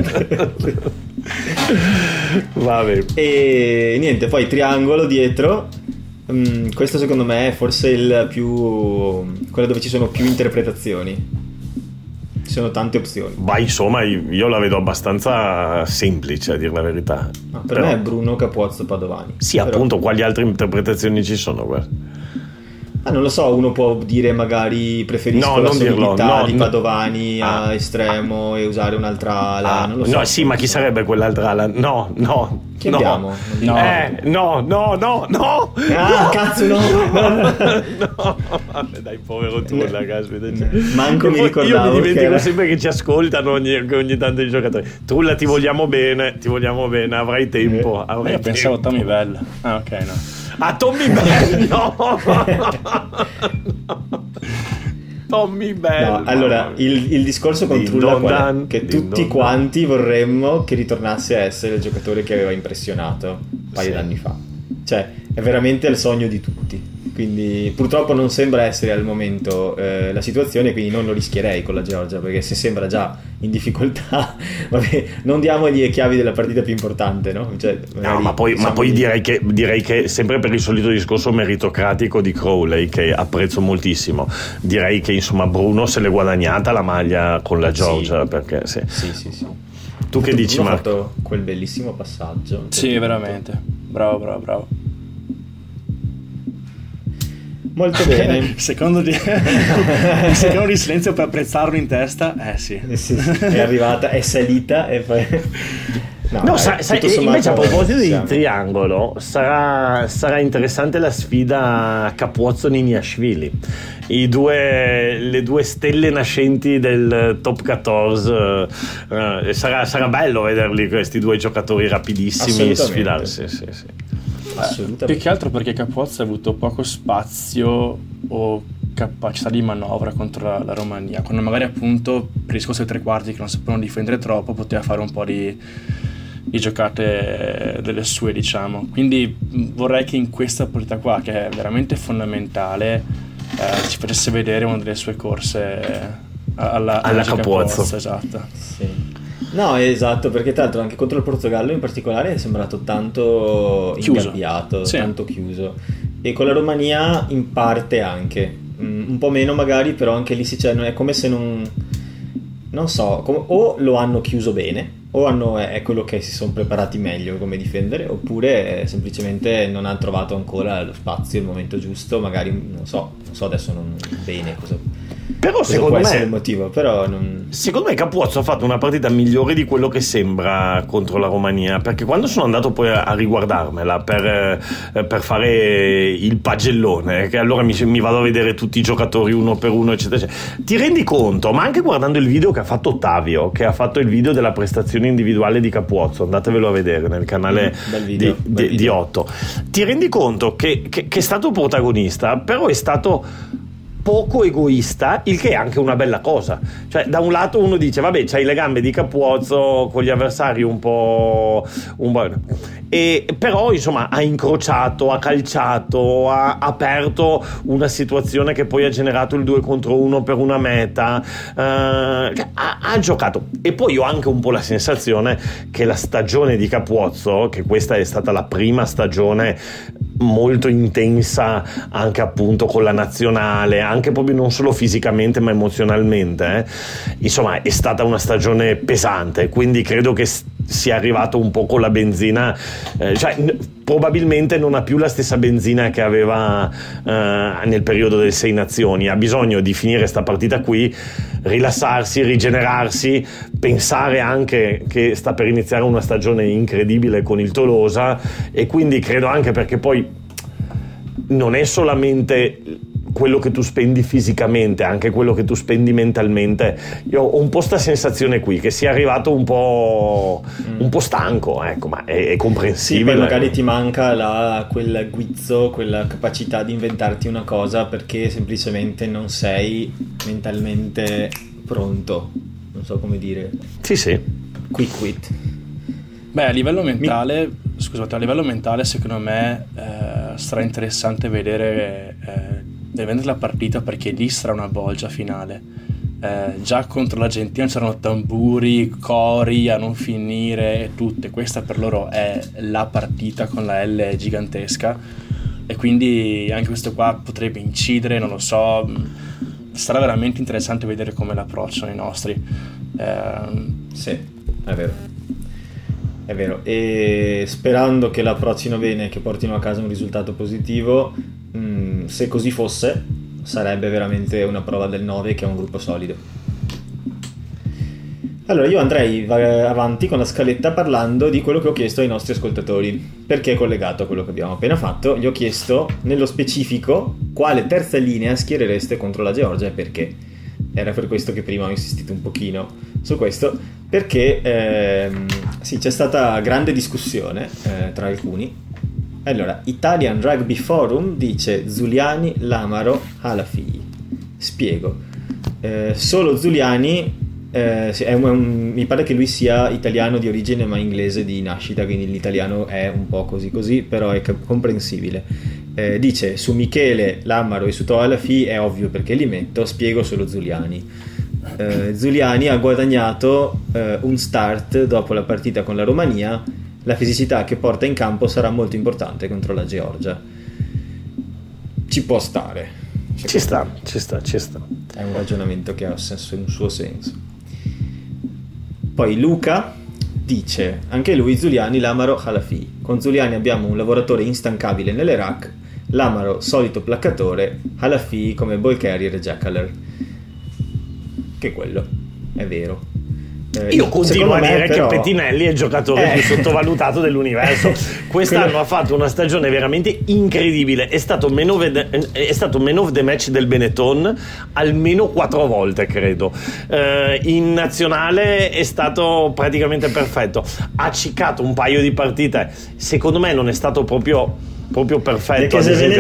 Vabbè. E niente, poi triangolo dietro. Questo secondo me è forse il più, quello dove ci sono più interpretazioni. Ci sono tante opzioni. Ma insomma io la vedo abbastanza semplice, a dire la verità. Per me è Bruno, Capozzo, Padovani. Sì, però, appunto, quali altre interpretazioni ci sono? Guarda. Non lo so, uno può dire magari preferisco la solidità di Padovani a estremo e usare un'altra ala, non lo so. No, sì, ma chi sarebbe quell'altra ala? No. Chi abbiamo? No. Cazzo, no. Dai, povero Trulla, caspita. Manco mi ricordavo. Io mi dimentico sempre che ci ascoltano ogni tanto i giocatori. Trulla, ti vogliamo bene, avrai tempo. Io pensavo Tommy Bell. Ok, no. Tommy Bell, no. Tommy Bell. No, allora, il discorso con Trulla qual è? Che tutti quanti vorremmo che ritornasse a essere il giocatore che aveva impressionato un paio d'anni fa. Cioè, è veramente il sogno di tutti. Quindi purtroppo non sembra essere al momento la situazione, quindi non lo rischierei con la Georgia, perché se sembra già in difficoltà, vabbè, non diamogli le chiavi della partita più importante, no? Cioè, ma poi direi che sempre per il solito discorso meritocratico di Crowley, che apprezzo moltissimo, direi che insomma Bruno se l'è guadagnata la maglia con la Georgia, perché sì. Tu che dici, Marco? Ha fatto quel bellissimo passaggio. Sì, veramente. Bravo. Molto bene. Secondo di silenzio per apprezzarlo in testa. Sì. È arrivata, è salita e poi invece a proposito di triangolo sarà interessante la sfida Capozzo-Niniashvili, le due stelle nascenti del top 14. Sarà bello vederli, questi due giocatori rapidissimi, sfidarsi. Sì. Assolutamente. Più che altro perché Capozzo ha avuto poco spazio o capacità di manovra contro la Romania, quando magari appunto per il discorso dei tre quarti che non sapevano difendere troppo poteva fare un po' di giocate delle sue, diciamo. Quindi vorrei che in questa partita qua, che è veramente fondamentale, ci facesse vedere una delle sue corse alla Capozzo. Esatto. Sì. No, esatto, perché tra l'altro anche contro il Portogallo in particolare è sembrato tanto ingabbiato, tanto chiuso, e con la Romania in parte anche, un po' meno magari, però anche lì è come se non so, o lo hanno chiuso bene, o è quello che si sono preparati meglio come difendere, oppure semplicemente non hanno trovato ancora lo spazio, il momento giusto, magari non so adesso non bene cosa. Però secondo me essere il motivo, però secondo me Capozzo ha fatto una partita migliore di quello che sembra contro la Romania, perché quando sono andato poi a riguardarmela per fare il pagellone, che allora mi vado a vedere tutti i giocatori uno per uno, eccetera, ti rendi conto, ma anche guardando il video che ha fatto Ottavio, che ha fatto il video della prestazione individuale di Capozzo, andatevelo a vedere nel canale di 8, ti rendi conto che è stato protagonista, però è stato poco egoista, il che è anche una bella cosa. Cioè, da un lato uno dice vabbè, c'hai le gambe di Capozzo con gli avversari un po', e però insomma ha incrociato, ha calciato, ha aperto una situazione che poi ha generato il 2 contro 1 per una meta, ha giocato. E poi ho anche un po' la sensazione che la stagione di Capozzo, che questa è stata la prima stagione molto intensa anche appunto con la nazionale, anche proprio non solo fisicamente ma emozionalmente, insomma è stata una stagione pesante, quindi credo che sia arrivato un po' con la benzina, cioè probabilmente non ha più la stessa benzina che aveva nel periodo delle 6 nazioni, ha bisogno di finire sta partita qui, rilassarsi, rigenerarsi, pensare anche che sta per iniziare una stagione incredibile con il Tolosa, e quindi credo anche, perché poi non è solamente quello che tu spendi fisicamente, anche quello che tu spendi mentalmente. Io ho un po' sta sensazione qui che sia arrivato un po' stanco, ecco, ma è comprensibile. Sì, poi magari ti manca quel guizzo, quella capacità di inventarti una cosa perché semplicemente non sei mentalmente pronto, non so come dire. Sì. Quick quit. Beh, a livello mentale, secondo me sarà interessante vedere la partita, perché lì sarà una bolgia finale. Già contro l'Argentina c'erano tamburi, cori a non finire e tutte. Questa per loro è la partita con la L gigantesca, e quindi anche questo qua potrebbe incidere, non lo so. Sarà veramente interessante vedere come l'approcciano i nostri. Sì, è vero, e sperando che l'approccino bene, che portino a casa un risultato positivo. Se così fosse, sarebbe veramente una prova del 9, che è un gruppo solido. Allora io andrei avanti con la scaletta parlando di quello che ho chiesto ai nostri ascoltatori, perché è collegato a quello che abbiamo appena fatto. Gli ho chiesto nello specifico quale terza linea schierereste contro la Georgia e perché. Era per questo che prima ho insistito un pochino su questo, perché sì, c'è stata grande discussione tra alcuni. Allora, Italian Rugby Forum dice Zuliani, Lamaro, Halafihi. Spiego. Solo Zuliani, mi pare che lui sia italiano di origine ma inglese di nascita, quindi l'italiano è un po' così, però è comprensibile. Dice su Michele, Lamaro e su Toa Halafihi è ovvio perché li metto, spiego solo Zuliani. Zuliani ha guadagnato un start dopo la partita con la Romania. La fisicità che porta in campo sarà molto importante contro la Georgia. Ci può stare. Ci sta. È un ragionamento che ha un suo senso. Poi Luca dice anche lui Zuliani, Lamaro, Halafihi. Con Zuliani abbiamo un lavoratore instancabile nelle rack, Lamaro solito placcatore, Halafihi come ball carrier e jackaler. Che quello è vero. Io continuo a dire che Pettinelli è il giocatore più sottovalutato dell'universo. Quest'anno ha fatto una stagione veramente incredibile. È stato man of the match del Benetton almeno 4 volte, credo. In nazionale è stato praticamente perfetto. Ha ciccato un paio di partite. Secondo me non è stato proprio perfetto.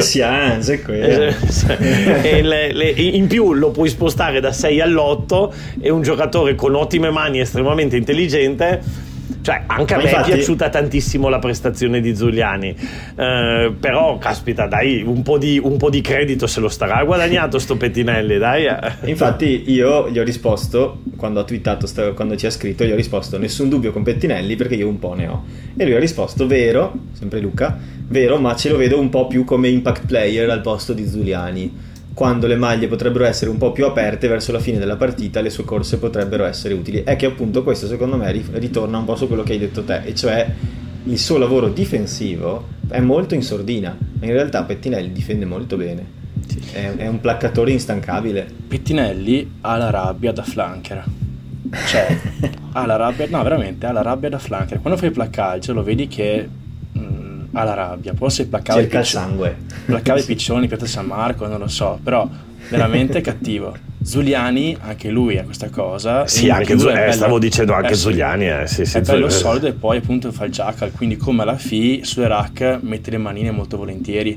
In più lo puoi spostare da 6 all'8. È un giocatore con ottime mani, estremamente intelligente. Cioè, anche a me è piaciuta tantissimo la prestazione di Zuliani, però caspita, dai, un po' di credito se lo starà guadagnato sto Pettinelli, dai. Infatti io gli ho risposto, quando ha twittato, quando ci ha scritto, gli ho risposto nessun dubbio con Pettinelli perché io un po' ne ho, e lui ha risposto vero, sempre Luca, vero, ma ce lo vedo un po' più come impact player al posto di Zuliani. Quando le maglie potrebbero essere un po' più aperte verso la fine della partita, le sue corse potrebbero essere utili. È che appunto questo secondo me ritorna un po' su quello che hai detto te, e cioè il suo lavoro difensivo è molto in sordina. In realtà Pettinelli difende molto bene, è un placcatore instancabile. Pettinelli ha la rabbia da flanker, cioè ha la rabbia da flanker. Quando fai placcaggio lo vedi che ha la rabbia, poi se placcava il sangue, placcava i piccioni, Piazza San Marco, non lo so, però veramente cattivo. Zuliani anche lui ha questa cosa, sì, anche stavo dicendo anche Zuliani è bello solido, e poi appunto fa il jackal, quindi come alla FI sulle rack mette le manine molto volentieri.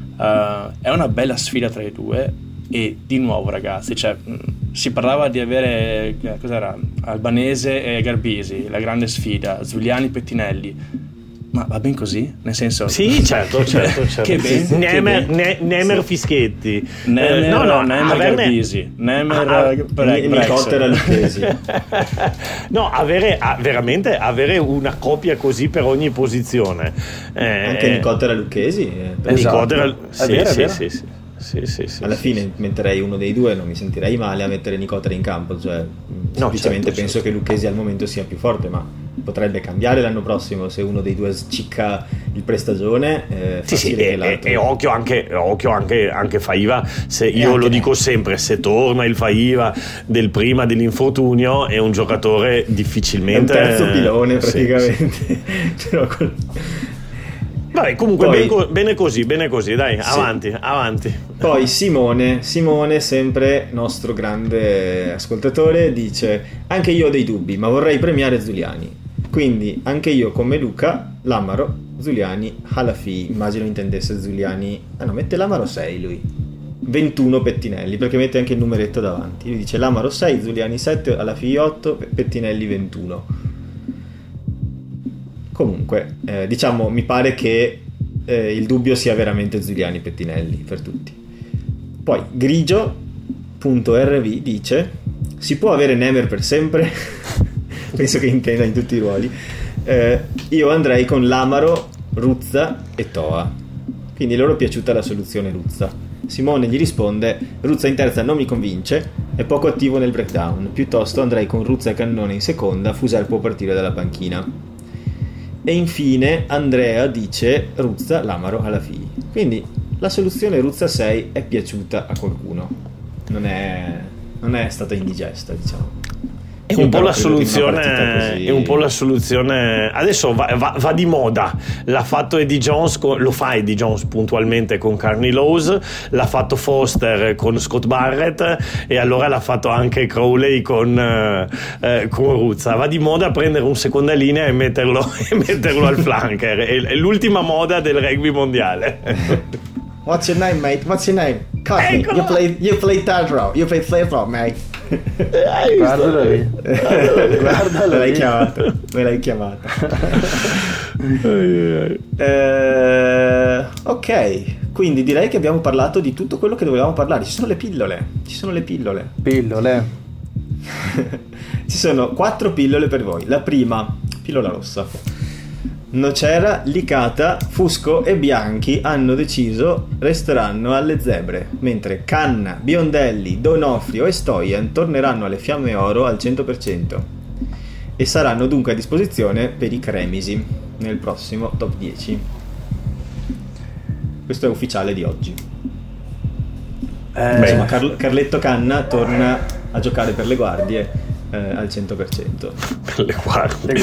È una bella sfida tra i due, e di nuovo ragazzi, cioè, si parlava di avere cos'era, Albanese e Garbisi, la grande sfida, Zuliani, Pettinelli. Ma va ben così? Nel senso... Sì, certo. Che ben, Nemer Fischetti. Nemer Garbisi. Nemer Nicottera Lucchesi. No, veramente avere una coppia così per ogni posizione. Anche Nicottera Lucchesi. Nicottera, sì. Alla fine metterei uno dei due, non mi sentirei male a mettere Nicottera in campo, cioè semplicemente penso che Lucchesi al momento sia più forte, ma potrebbe cambiare l'anno prossimo se uno dei due cicca il prestagione. E occhio anche Faiva, se io lo dico sempre, se torna il Faiva del prima dell'infortunio è un giocatore difficilmente, è un terzo pilone praticamente. Sì. Vabbè, comunque bene così, dai, sì. Avanti. Poi Simone, sempre nostro grande ascoltatore, dice anche io ho dei dubbi, ma vorrei premiare Zuliani, quindi anche io come Luca, Lamaro, Zuliani, Halafihi. Immagino intendesse Zuliani, mette Lamaro 6 lui, 21 Pettinelli, perché mette anche il numeretto davanti. Lui dice Lamaro 6, Zuliani 7, Halafihi 8, Pettinelli 21. Comunque, diciamo, mi pare che il dubbio sia veramente Giuliani Pettinelli per tutti. Poi grigio.rv dice: si può avere Nemer per sempre? Penso che intenda in tutti i ruoli. Io andrei con Lamaro, Ruzza e Toa. Quindi loro è piaciuta la soluzione Ruzza. Simone gli risponde: Ruzza in terza non mi convince, è poco attivo nel breakdown, piuttosto andrei con Ruzza e Cannone in seconda, Fusel può partire dalla panchina. E infine Andrea dice Ruzza, Lamaro alla fine. Quindi la soluzione Ruzza 6 è piaciuta a qualcuno, non è stata indigesta, diciamo. È un po' la soluzione. Adesso va di moda. L'ha fatto Eddie Jones, lo fa Eddie Jones puntualmente con Carney Laws, l'ha fatto Foster con Scott Barrett e allora l'ha fatto anche Crowley con Ruzza. Va di moda prendere un seconda linea e metterlo al flanker. È l'ultima moda del rugby mondiale. What's your name, mate? What's your name? Courtney, you play third row. You play third row, mate. Guardalo lì. Me l'hai chiamata. Ok, quindi direi che abbiamo parlato di tutto quello che dovevamo parlare. Ci sono le pillole. Ci sono 4 pillole per voi. La prima, pillola rossa. Nocera, Licata, Fusco e Bianchi hanno deciso resteranno alle zebre, mentre Canna, Biondelli, Donofrio e Stojan torneranno alle Fiamme Oro al 100% e saranno dunque a disposizione per i Cremisi nel prossimo top 10. Questo è ufficiale di oggi. Insomma, Carletto Canna torna a giocare per le guardie al 100%. Per le guardie.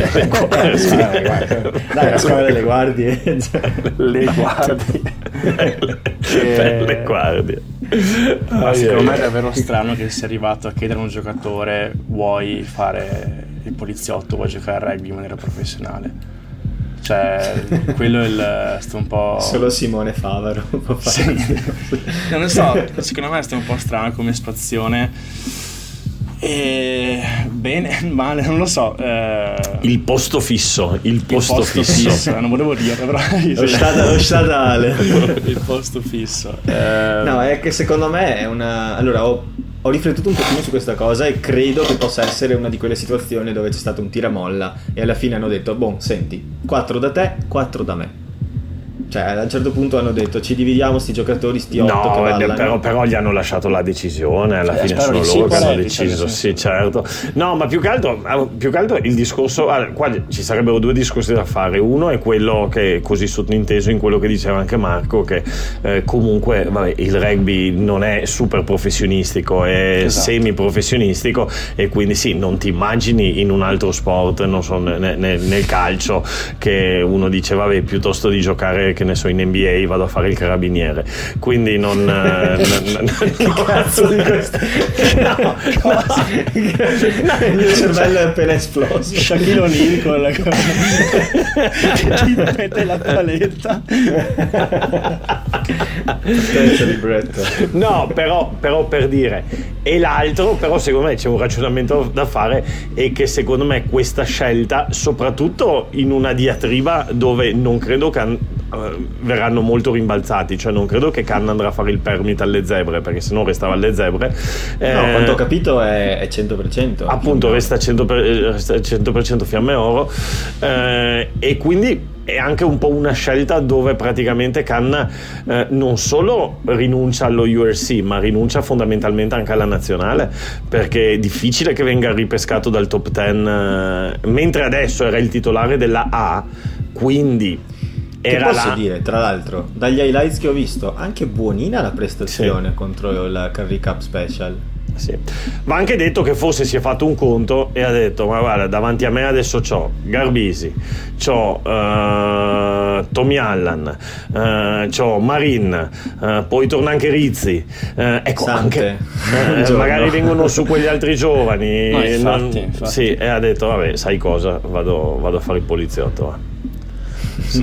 Dai, la squadra delle guardie. Le guardie. Per le guardie. Ma secondo me è davvero strano che sia arrivato a chiedere a un giocatore: vuoi fare il poliziotto, vuoi giocare a rugby in maniera professionale? Cioè, quello è stato un po'. Solo Simone Favaro può fare. Sì. Non lo so, secondo me è stato un po' strano come situazione. E bene, male, non lo so. Il posto fisso. Non volevo dirlo, però lo stradale. Il posto fisso. No, è che secondo me è una. Allora, ho riflettuto un pochino su questa cosa e credo che possa essere una di quelle situazioni dove c'è stato un tiramolla e alla fine hanno detto: boh, senti, 4 da te, 4 da me. Cioè, a un certo punto hanno detto: ci dividiamo sti giocatori, sti 8 che ballano. Però gli hanno lasciato la decisione. Alla fine sono loro che hanno deciso. Sì, certo. No, ma più che altro il discorso. Qua ci sarebbero 2 discorsi da fare. Uno è quello che, così sottinteso in quello che diceva anche Marco, che comunque il rugby non è super professionistico, è semi professionistico, e quindi sì, non ti immagini in un altro sport, non so, nel calcio, che uno dice vabbè, piuttosto di giocare, che ne so, in NBA vado a fare il carabiniere. Quindi non che cazzo di questo? No, il mio cervello è appena esploso. Shaquille O'Neal con la ti mette la paletta. No, però per dire. E l'altro, però, secondo me c'è un ragionamento da fare, e che secondo me questa scelta, soprattutto in una diatriba dove non credo che verranno molto rimbalzati, cioè non credo che Canna andrà a fare il permit alle zebre, perché se no restava alle zebre. No, quanto ho capito è 100%. Appunto, resta 100% Fiamme Oro, e quindi è anche un po' una scelta dove praticamente Canna non solo rinuncia allo URC, ma rinuncia fondamentalmente anche alla nazionale, perché è difficile che venga ripescato dal top 10, mentre adesso era il titolare della A, quindi che posso dire, tra l'altro, dagli highlights che ho visto, anche buonina la prestazione contro il Curry Cup Special. Sì. Va anche detto che forse si è fatto un conto e ha detto: ma guarda, davanti a me adesso c'ho Garbisi, c'ho Tommy Allan, c'ho Marin, poi torna anche Rizzi, ecco, Sante. Anche magari vengono su quegli altri giovani. No, infatti. Sì, e ha detto: vabbè, sai cosa, vado a fare il poliziotto. Sì.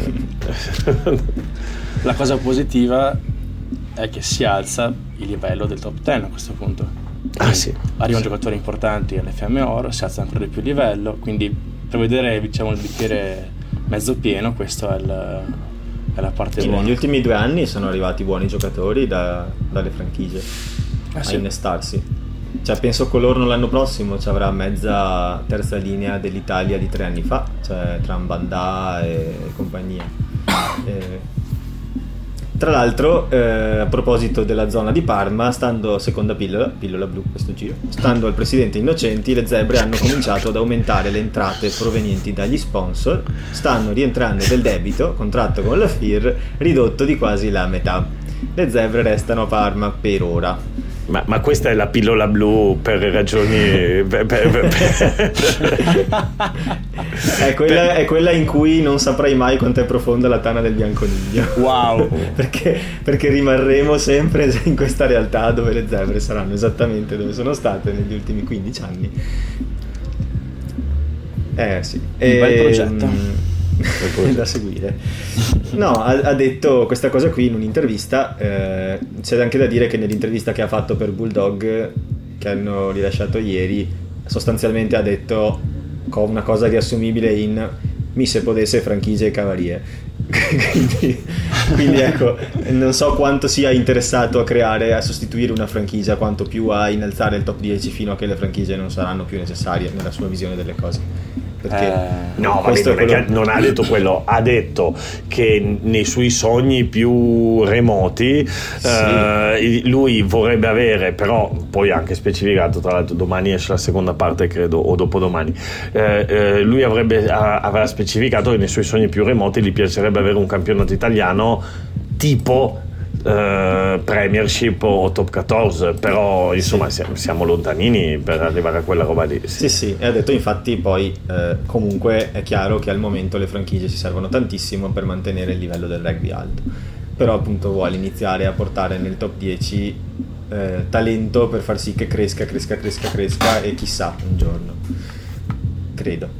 La cosa positiva è che si alza il livello del top 10 a questo punto. Sì. Arrivano giocatori importanti alle Fiamme Oro, si alza ancora di più il livello, quindi per vedere, diciamo, il bicchiere mezzo pieno, questo è la parte sì, buona. negli ultimi 2 anni sono arrivati buoni giocatori dalle franchigie a innestarsi. Cioè, penso Colorno l'anno prossimo ci avrà mezza terza linea dell'Italia di 3 anni fa, cioè tra Mbandà e compagnia. Tra l'altro, a proposito della zona di Parma, stando, seconda pillola blu questo giro, stando al presidente Innocenti, le Zebre hanno cominciato ad aumentare le entrate provenienti dagli sponsor, stanno rientrando del debito contratto con la FIR ridotto di quasi la metà. Le Zebre restano a Parma per ora. Ma questa è la pillola blu per ragioni è quella in cui non saprai mai quanto è profonda la tana del bianconiglio. Wow. perché rimarremo sempre in questa realtà dove le Zebre saranno esattamente dove sono state negli ultimi 15 anni. Sì. Un bel progetto da seguire. No, ha detto questa cosa qui in un'intervista. C'è anche da dire che nell'intervista che ha fatto per Bulldog, che hanno rilasciato ieri, sostanzialmente ha detto una cosa riassumibile in mi se potesse franchigie e cavarie. quindi ecco, non so quanto sia interessato a sostituire una franchigia, quanto più a innalzare il top 10 fino a che le franchigie non saranno più necessarie nella sua visione delle cose. No, vabbè, non ha detto quello, ha detto che nei suoi sogni più remoti lui vorrebbe avere, però poi anche specificato, tra l'altro domani esce la seconda parte credo, o dopodomani, lui avrà specificato che nei suoi sogni più remoti gli piacerebbe avere un campionato italiano tipo Premiership o Top 14, però insomma siamo lontanini per arrivare a quella roba lì. Sì, e ha detto infatti poi comunque è chiaro che al momento le franchigie ci servono tantissimo per mantenere il livello del rugby alto, però appunto vuole iniziare a portare nel top 10 talento per far sì che cresca e chissà un giorno, credo.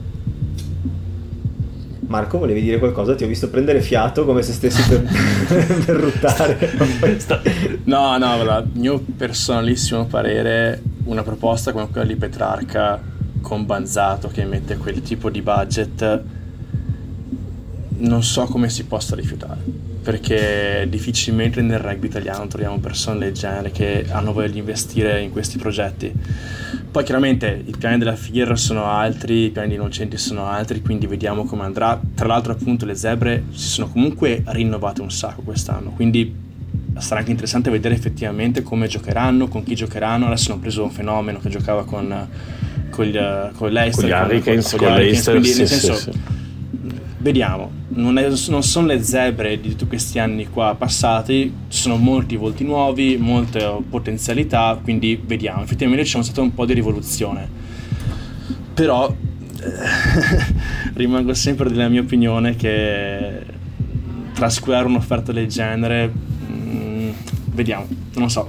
Marco, volevi dire qualcosa? Ti ho visto prendere fiato come se stessi per ruttare. No, guarda, mio personalissimo parere, una proposta come quella di Petrarca con Banzato che mette quel tipo di budget, non so come si possa rifiutare, perché difficilmente nel rugby italiano troviamo persone del genere che hanno voglia di investire in questi progetti. Poi chiaramente i piani della FIR sono altri, i piani di Innocenti sono altri, quindi vediamo come andrà. Tra l'altro appunto le Zebre si sono comunque rinnovate un sacco quest'anno, quindi sarà anche interessante vedere effettivamente come giocheranno, con chi giocheranno. Adesso hanno preso un fenomeno che giocava con l'Leicester, con gli Hurricanes, quindi nel senso vediamo, non sono le Zebre di tutti questi anni qua passati, ci sono molti volti nuovi, molte potenzialità, quindi vediamo. Effettivamente c'è stato un po' di rivoluzione, però rimango sempre della mia opinione che trascurare un'offerta del genere, vediamo, non so.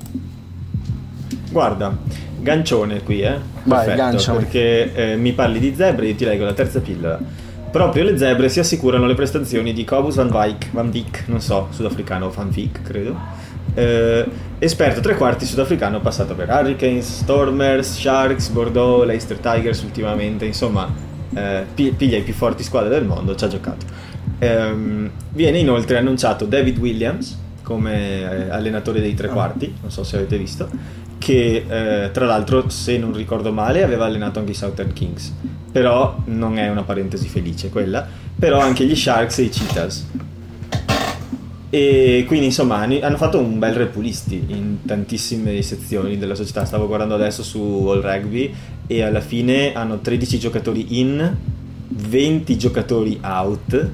Guarda, gancione qui, vai, perfetto, gancione. Perché mi parli di Zebre, io ti leggo la terza pillola. Proprio le Zebre si assicurano le prestazioni di Cobus Van Dijk, non so, sudafricano, Van Dijk credo, esperto tre quarti sudafricano passato per Hurricanes, Stormers, Sharks, Bordeaux, Leicester Tigers ultimamente, insomma piglia i più forti squadre del mondo, ci ha giocato. Viene inoltre annunciato David Williams come allenatore dei tre quarti, non so se avete visto, che tra l'altro, se non ricordo male, aveva allenato anche i Southern Kings, però non è una parentesi felice quella, però anche gli Sharks e i Cheetahs, e quindi insomma hanno fatto un bel repulisti in tantissime sezioni della società. Stavo guardando adesso su All Rugby e alla fine hanno 13 giocatori in, 20 giocatori out,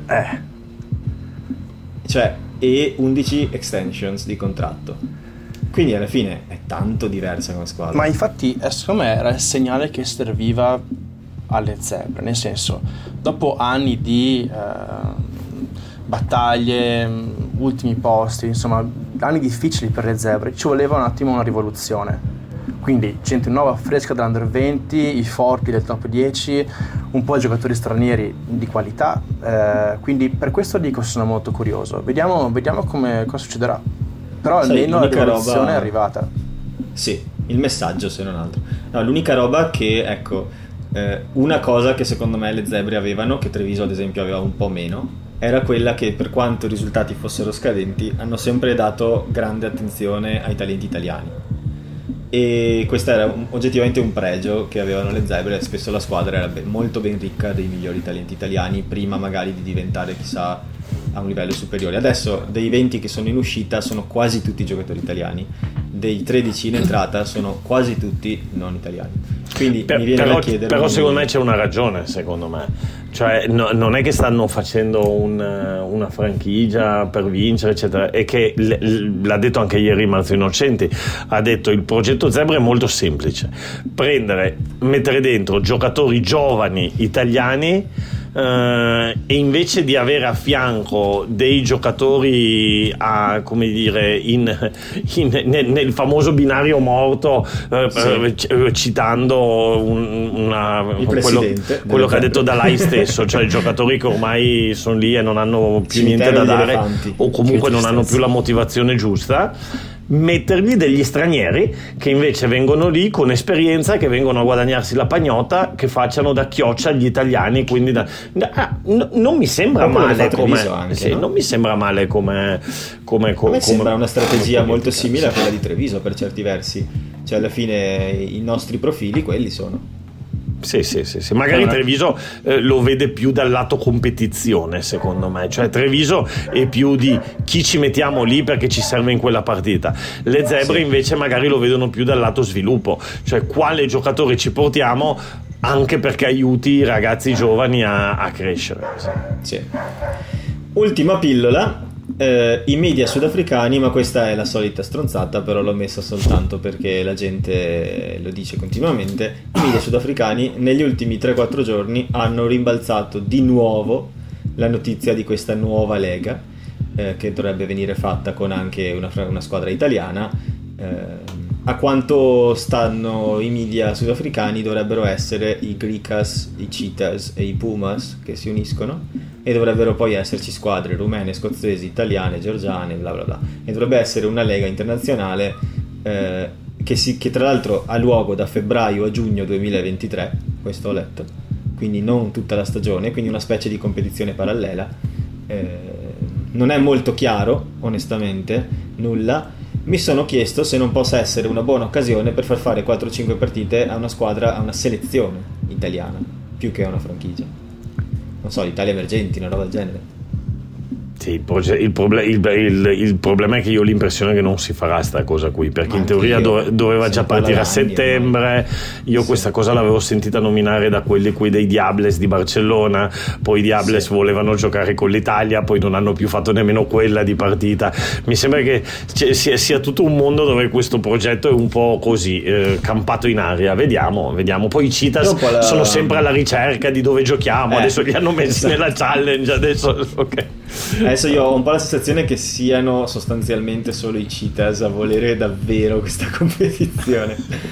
cioè, e 11 extensions di contratto, quindi alla fine è tanto diversa come squadra. Ma infatti secondo me era il segnale che serviva alle Zebre, nel senso, dopo anni di battaglie, ultimi posti, insomma anni difficili per le Zebre, ci voleva un attimo una rivoluzione, quindi gente nuova, fresca dall'Under 20, i forti del top 10, un po' di giocatori stranieri di qualità, quindi per questo dico sono molto curioso, vediamo cosa succederà, però almeno la rivoluzione è arrivata. Sì, il messaggio se non altro. No, l'unica roba che, ecco, Una cosa che secondo me le zebre avevano, che Treviso ad esempio aveva un po' meno, era quella che, per quanto i risultati fossero scadenti, hanno sempre dato grande attenzione ai talenti italiani, e questo era oggettivamente un pregio che avevano le zebre. Spesso la squadra era molto ben ricca dei migliori talenti italiani, prima magari di diventare chissà a un livello superiore. Adesso dei 20 che sono in uscita sono quasi tutti giocatori italiani, dei 13 in entrata sono quasi tutti non italiani. Quindi mi viene da chiedere, però secondo me c'è una ragione, secondo me, cioè non è che stanno facendo una franchigia per vincere eccetera, è che l'ha detto anche ieri Marzio Innocenti, ha detto il progetto Zebra è molto semplice: mettere dentro giocatori giovani italiani, e invece di avere a fianco dei giocatori nel famoso binario morto, citando quello che ha detto Dalai stesso, cioè giocatori che ormai sono lì e non hanno più niente da dare, o comunque non hanno più la motivazione giusta, mettergli degli stranieri che invece vengono lì con esperienza, che vengono a guadagnarsi la pagnotta, che facciano da chioccia agli italiani. Quindi non mi sembra male non mi sembra male come sembra una strategia molto simile a quella di Treviso per certi versi, cioè alla fine i nostri profili quelli sono. Sì. Magari Treviso lo vede più dal lato competizione, secondo me, cioè Treviso è più di chi ci mettiamo lì perché ci serve in quella partita. Le zebre invece magari lo vedono più dal lato sviluppo, cioè quale giocatore ci portiamo, anche perché aiuti i ragazzi giovani a crescere. Sì. Ultima pillola. I media sudafricani, ma questa è la solita stronzata, però l'ho messa soltanto perché la gente lo dice continuamente. I media sudafricani negli ultimi 3-4 giorni hanno rimbalzato di nuovo la notizia di questa nuova lega, che dovrebbe venire fatta con anche una squadra italiana. A quanto stanno i media sudafricani, dovrebbero essere i Griquas, i Cheetahs e i Pumas che si uniscono, e dovrebbero poi esserci squadre rumene, scozzesi, italiane, georgiane, bla bla bla, e dovrebbe essere una lega internazionale che tra l'altro ha luogo da febbraio a giugno 2023, questo ho letto, quindi non tutta la stagione, quindi una specie di competizione parallela. Non è molto chiaro, onestamente, nulla. Mi sono chiesto se non possa essere una buona occasione per far fare 4-5 partite a una squadra, a una selezione italiana, più che a una franchigia. Non so, l'Italia Emergenti, una roba del genere. Sì, il problema è che io ho l'impressione che non si farà sta cosa qui, perché in teoria doveva già partire a settembre. Io questa cosa l'avevo sentita nominare da quelli dei Diables di Barcellona, poi i Diables volevano giocare con l'Italia, poi non hanno più fatto nemmeno quella di partita. Mi sembra che sia tutto un mondo dove questo progetto è un po' così campato in aria. Vediamo. Poi i Cheetahs sono sempre alla ricerca di dove giochiamo, adesso li hanno messi nella challenge, Adesso io ho un po' la sensazione che siano sostanzialmente solo i Cheetahs a volere davvero questa competizione.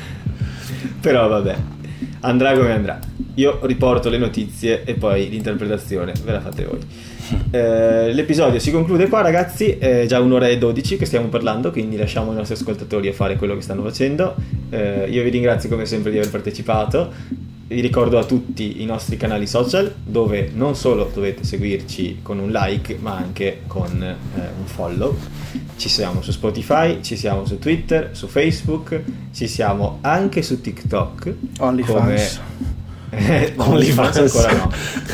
Però vabbè, andrà come andrà. Io riporto le notizie e poi l'interpretazione ve la fate voi. L'episodio si conclude qua, ragazzi. È già 1:12 che stiamo parlando, quindi lasciamo i nostri ascoltatori a fare quello che stanno facendo. Io vi ringrazio come sempre di aver partecipato. Vi ricordo a tutti i nostri canali social, dove non solo dovete seguirci con un like, ma anche con un follow. Ci siamo su Spotify, ci siamo su Twitter, su Facebook, ci siamo anche su TikTok. OnlyFans. OnlyFans ancora no.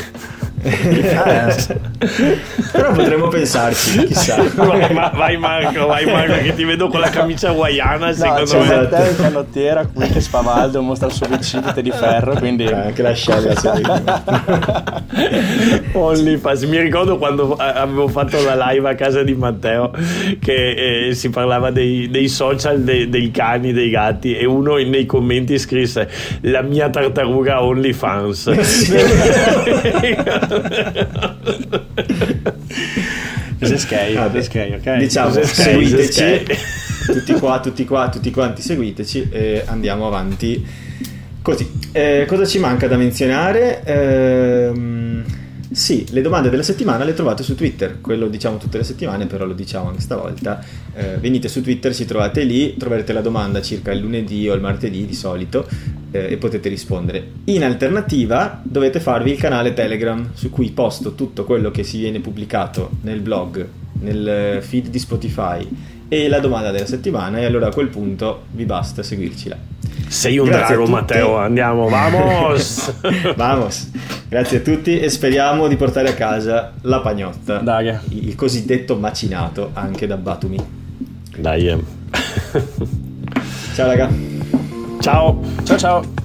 Però potremmo pensarci, chissà. Vai Marco, che ti vedo con la camicia hawaiana. Secondo me te in canottiera qui che spavaldo mostra il suo bicipite di ferro, quindi anche la scella. OnlyFans. Mi ricordo quando avevo fatto la live a casa di Matteo che si parlava dei social, dei cani, dei gatti, e uno nei commenti scrisse: la mia tartaruga OnlyFans. Ok? Diciamo, seguiteci tutti quanti seguiteci e andiamo avanti così. Cosa ci manca da menzionare? Sì, le domande della settimana le trovate su Twitter, quello diciamo tutte le settimane, però lo diciamo anche stavolta. Venite su Twitter, ci trovate lì, troverete la domanda circa il lunedì o il martedì di solito e potete rispondere. In alternativa dovete farvi il canale Telegram, su cui posto tutto quello che si viene pubblicato nel blog, nel feed di Spotify e la domanda della settimana, e allora a quel punto vi basta seguirci là. Sei un drago, Matteo, andiamo, vamos! Vamos! Grazie a tutti e speriamo di portare a casa la pagnotta, Dai. il cosiddetto macinato anche da Batumi. Dai. Ciao raga. Ciao. Ciao ciao.